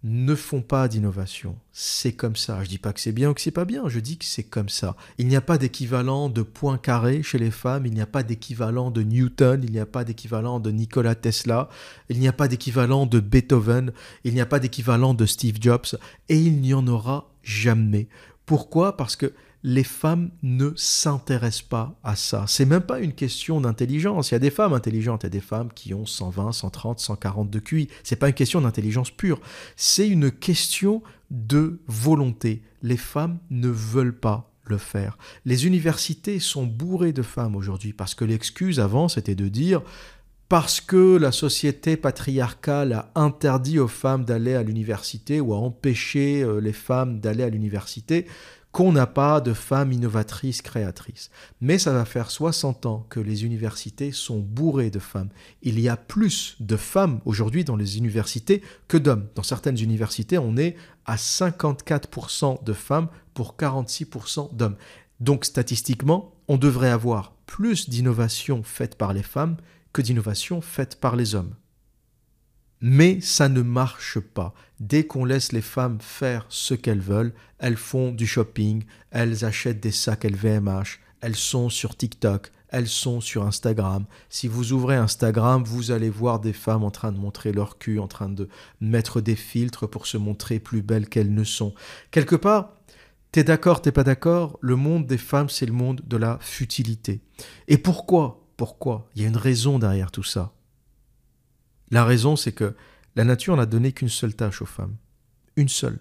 ne font pas d'innovation. C'est comme ça. Je dis pas que c'est bien ou que c'est pas bien, je dis que c'est comme ça. Il n'y a pas d'équivalent de Poincaré chez les femmes, il n'y a pas d'équivalent de Newton, il n'y a pas d'équivalent de Nikola Tesla, il n'y a pas d'équivalent de Beethoven, il n'y a pas d'équivalent de Steve Jobs, et il n'y en aura jamais. Pourquoi ? Parce que les femmes ne s'intéressent pas à ça. C'est même pas une question d'intelligence. Il y a des femmes intelligentes, il y a des femmes qui ont 120, 130, 140 de QI. C'est pas une question d'intelligence pure. C'est une question de volonté. Les femmes ne veulent pas le faire. Les universités sont bourrées de femmes aujourd'hui parce que l'excuse avant, c'était de dire parce que la société patriarcale a interdit aux femmes d'aller à l'université ou a empêché les femmes d'aller à l'université, qu'on n'a pas de femmes innovatrices, créatrices. Mais ça va faire 60 ans que les universités sont bourrées de femmes. Il y a plus de femmes aujourd'hui dans les universités que d'hommes. Dans certaines universités, on est à 54% de femmes pour 46% d'hommes. Donc statistiquement, on devrait avoir plus d'innovations faites par les femmes que d'innovations faites par les hommes. Mais ça ne marche pas. Dès qu'on laisse les femmes faire ce qu'elles veulent, elles font du shopping, elles achètent des sacs LVMH, elles sont sur TikTok, elles sont sur Instagram. Si vous ouvrez Instagram, vous allez voir des femmes en train de montrer leur cul, en train de mettre des filtres pour se montrer plus belles qu'elles ne sont. Quelque part, t'es d'accord, t'es pas d'accord, le monde des femmes, c'est le monde de la futilité. Et pourquoi ? Pourquoi ? Il y a une raison derrière tout ça. La raison, c'est que la nature n'a donné qu'une seule tâche aux femmes. Une seule.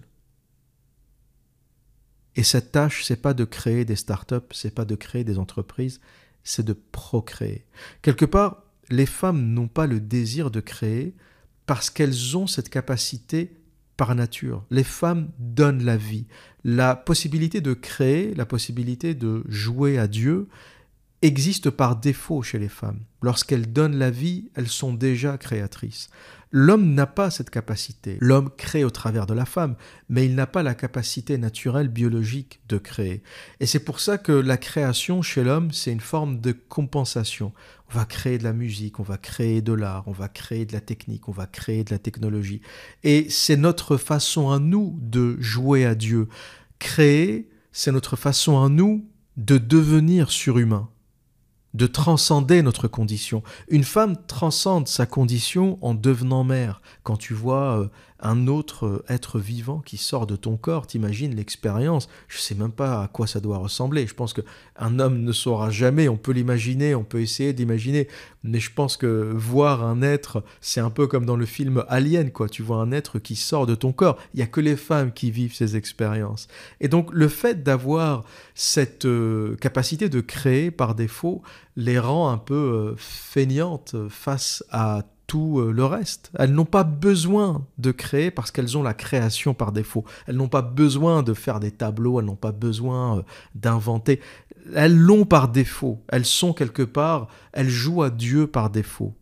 Et cette tâche, c'est pas de créer des startups, c'est pas de créer des entreprises, c'est de procréer. Quelque part, les femmes n'ont pas le désir de créer parce qu'elles ont cette capacité par nature. Les femmes donnent la vie. La possibilité de créer, la possibilité de jouer à Dieu existe par défaut chez les femmes. Lorsqu'elles donnent la vie, elles sont déjà créatrices. L'homme n'a pas cette capacité. L'homme crée au travers de la femme, mais il n'a pas la capacité naturelle biologique de créer. Et c'est pour ça que la création chez l'homme, c'est une forme de compensation. On va créer de la musique, on va créer de l'art, on va créer de la technique, on va créer de la technologie. Et c'est notre façon à nous de jouer à Dieu. Créer, c'est notre façon à nous de devenir surhumain, de transcender notre condition. Une femme transcende sa condition en devenant mère. Quand tu vois un autre être vivant qui sort de ton corps, t'imagines l'expérience. Je ne sais même pas à quoi ça doit ressembler. Je pense qu'un homme ne saura jamais. On peut l'imaginer, on peut essayer d'imaginer. Mais je pense que voir un être, c'est un peu comme dans le film Alien, quoi. Tu vois un être qui sort de ton corps. Il n'y a que les femmes qui vivent ces expériences. Et donc, le fait d'avoir cette capacité de créer par défaut les rend un peu feignantes face à tout le reste. Elles n'ont pas besoin de créer parce qu'elles ont la création par défaut. Elles n'ont pas besoin de faire des tableaux, elles n'ont pas besoin d'inventer. Elles l'ont par défaut. Elles sont quelque part, elles jouent à Dieu par défaut.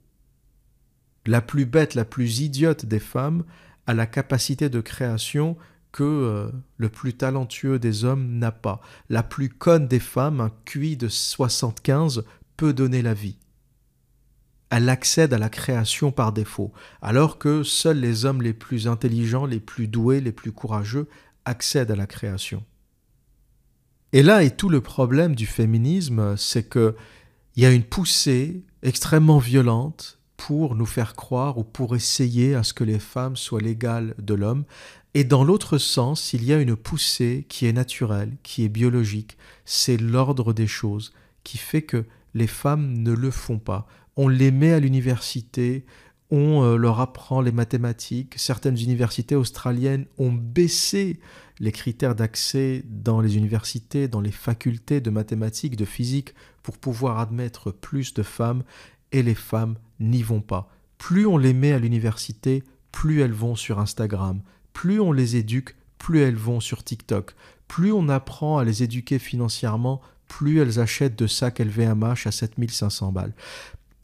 La plus bête, la plus idiote des femmes a la capacité de création que le plus talentueux des hommes n'a pas. La plus conne des femmes, un QI de 75, peut donner la vie. Elle accède à la création par défaut, alors que seuls les hommes les plus intelligents, les plus doués, les plus courageux accèdent à la création. Et là est tout le problème du féminisme, c'est qu'il y a une poussée extrêmement violente pour nous faire croire ou pour essayer à ce que les femmes soient l'égale de l'homme. Et dans l'autre sens, il y a une poussée qui est naturelle, qui est biologique. C'est l'ordre des choses qui fait que les femmes ne le font pas. On les met à l'université, on leur apprend les mathématiques. Certaines universités australiennes ont baissé les critères d'accès dans les universités, dans les facultés de mathématiques, de physique, pour pouvoir admettre plus de femmes, et les femmes n'y vont pas. Plus on les met à l'université, plus elles vont sur Instagram. Plus on les éduque, plus elles vont sur TikTok. Plus on apprend à les éduquer financièrement, plus elles achètent de sacs LVMH à 7500 balles. Pourquoi ?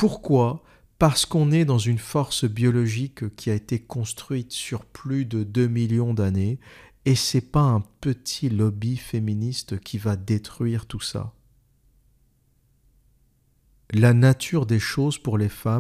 Parce qu'on est dans une force biologique qui a été construite sur plus de 2 millions d'années, et c'est pas un petit lobby féministe qui va détruire tout ça. La nature des choses pour les femmes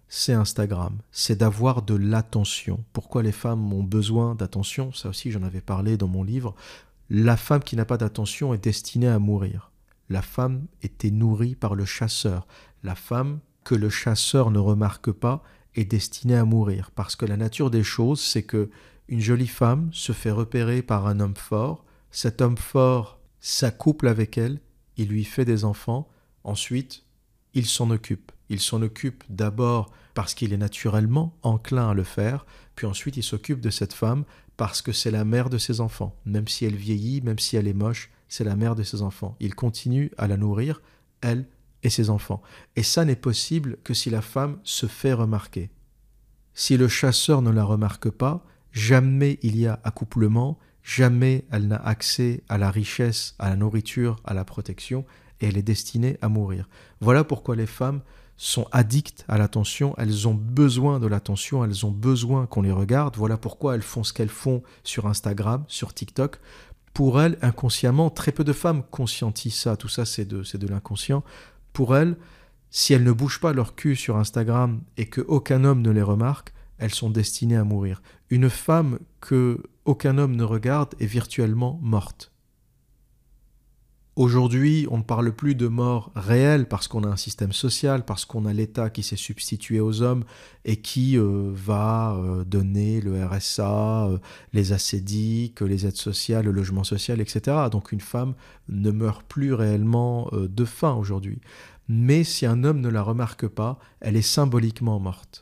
c'est Instagram, c'est d'avoir de l'attention. Pourquoi les femmes ont besoin d'attention? Ça aussi, j'en avais parlé dans mon livre. La femme qui n'a pas d'attention est destinée à mourir. La femme était nourrie par le chasseur. La femme que le chasseur ne remarque pas est destinée à mourir. Parce que la nature des choses, c'est que une jolie femme se fait repérer par un homme fort. Cet homme fort s'accouple avec elle, il lui fait des enfants. Ensuite, il s'en occupe. Il s'en occupe d'abord parce qu'il est naturellement enclin à le faire, puis ensuite il s'occupe de cette femme parce que c'est la mère de ses enfants. Même si elle vieillit, même si elle est moche, c'est la mère de ses enfants. Il continue à la nourrir, elle et ses enfants. Et ça n'est possible que si la femme se fait remarquer. Si le chasseur ne la remarque pas, jamais il y a accouplement, jamais elle n'a accès à la richesse, à la nourriture, à la protection, et elle est destinée à mourir. Voilà pourquoi les femmes sont addictes à l'attention, elles ont besoin de l'attention, elles ont besoin qu'on les regarde. Voilà pourquoi elles font ce qu'elles font sur Instagram, sur TikTok. Pour elles, inconsciemment, très peu de femmes conscientisent ça, tout ça c'est de l'inconscient. Pour elles, si elles ne bougent pas leur cul sur Instagram et qu'aucun homme ne les remarque, elles sont destinées à mourir. Une femme que aucun homme ne regarde est virtuellement morte. Aujourd'hui, on ne parle plus de mort réelle parce qu'on a un système social, parce qu'on a l'État qui s'est substitué aux hommes et qui va donner le RSA, les assédiques, les aides sociales, le logement social, etc. Donc une femme ne meurt plus réellement de faim aujourd'hui. Mais si un homme ne la remarque pas, elle est symboliquement morte.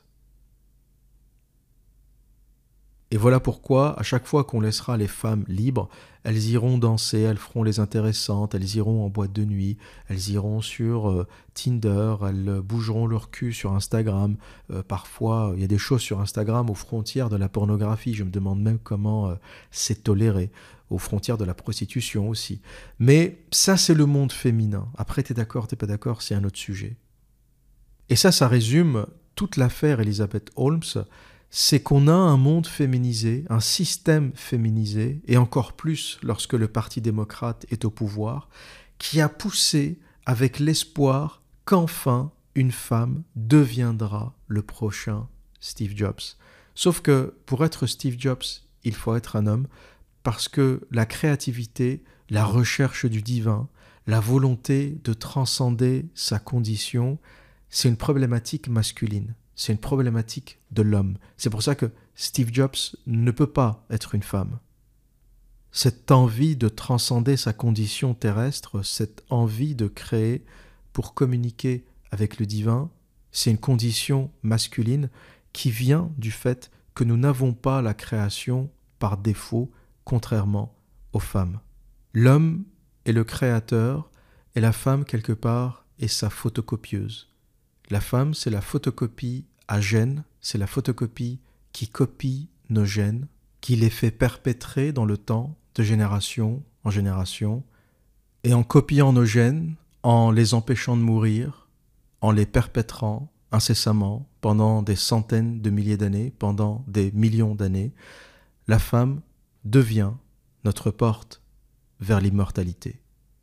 Et voilà pourquoi, à chaque fois qu'on laissera les femmes libres, elles iront danser, elles feront les intéressantes, elles iront en boîte de nuit, elles iront sur Tinder, elles bougeront leur cul sur Instagram. Parfois, il y a des choses sur Instagram aux frontières de la pornographie. Je me demande même comment c'est toléré. Aux frontières de la prostitution aussi. Mais ça, c'est le monde féminin. Après, t'es d'accord, t'es pas d'accord, c'est un autre sujet. Et ça résume toute l'affaire Elizabeth Holmes. C'est qu'on a un monde féminisé, un système féminisé, et encore plus lorsque le Parti démocrate est au pouvoir, qui a poussé avec l'espoir qu'enfin une femme deviendra le prochain Steve Jobs. Sauf que pour être Steve Jobs, il faut être un homme, parce que la créativité, la recherche du divin, la volonté de transcender sa condition, c'est une problématique masculine. C'est une problématique de l'homme. C'est pour ça que Steve Jobs ne peut pas être une femme. Cette envie de transcender sa condition terrestre, cette envie de créer pour communiquer avec le divin, c'est une condition masculine qui vient du fait que nous n'avons pas la création par défaut, contrairement aux femmes. L'homme est le créateur et la femme, quelque part, est sa photocopieuse. La femme, c'est la photocopie à gènes, c'est la photocopie qui copie nos gènes, qui les fait perpétrer dans le temps, de génération en génération, et en copiant nos gènes, en les empêchant de mourir, en les perpétrant incessamment pendant des centaines de milliers d'années, pendant des millions d'années, la femme devient notre porte vers l'immortalité.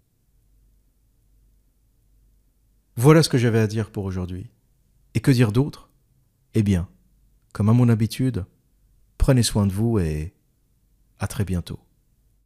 Voilà ce que j'avais à dire pour aujourd'hui. Et que dire d'autre? Eh bien, comme à mon habitude, prenez soin de vous et à très bientôt.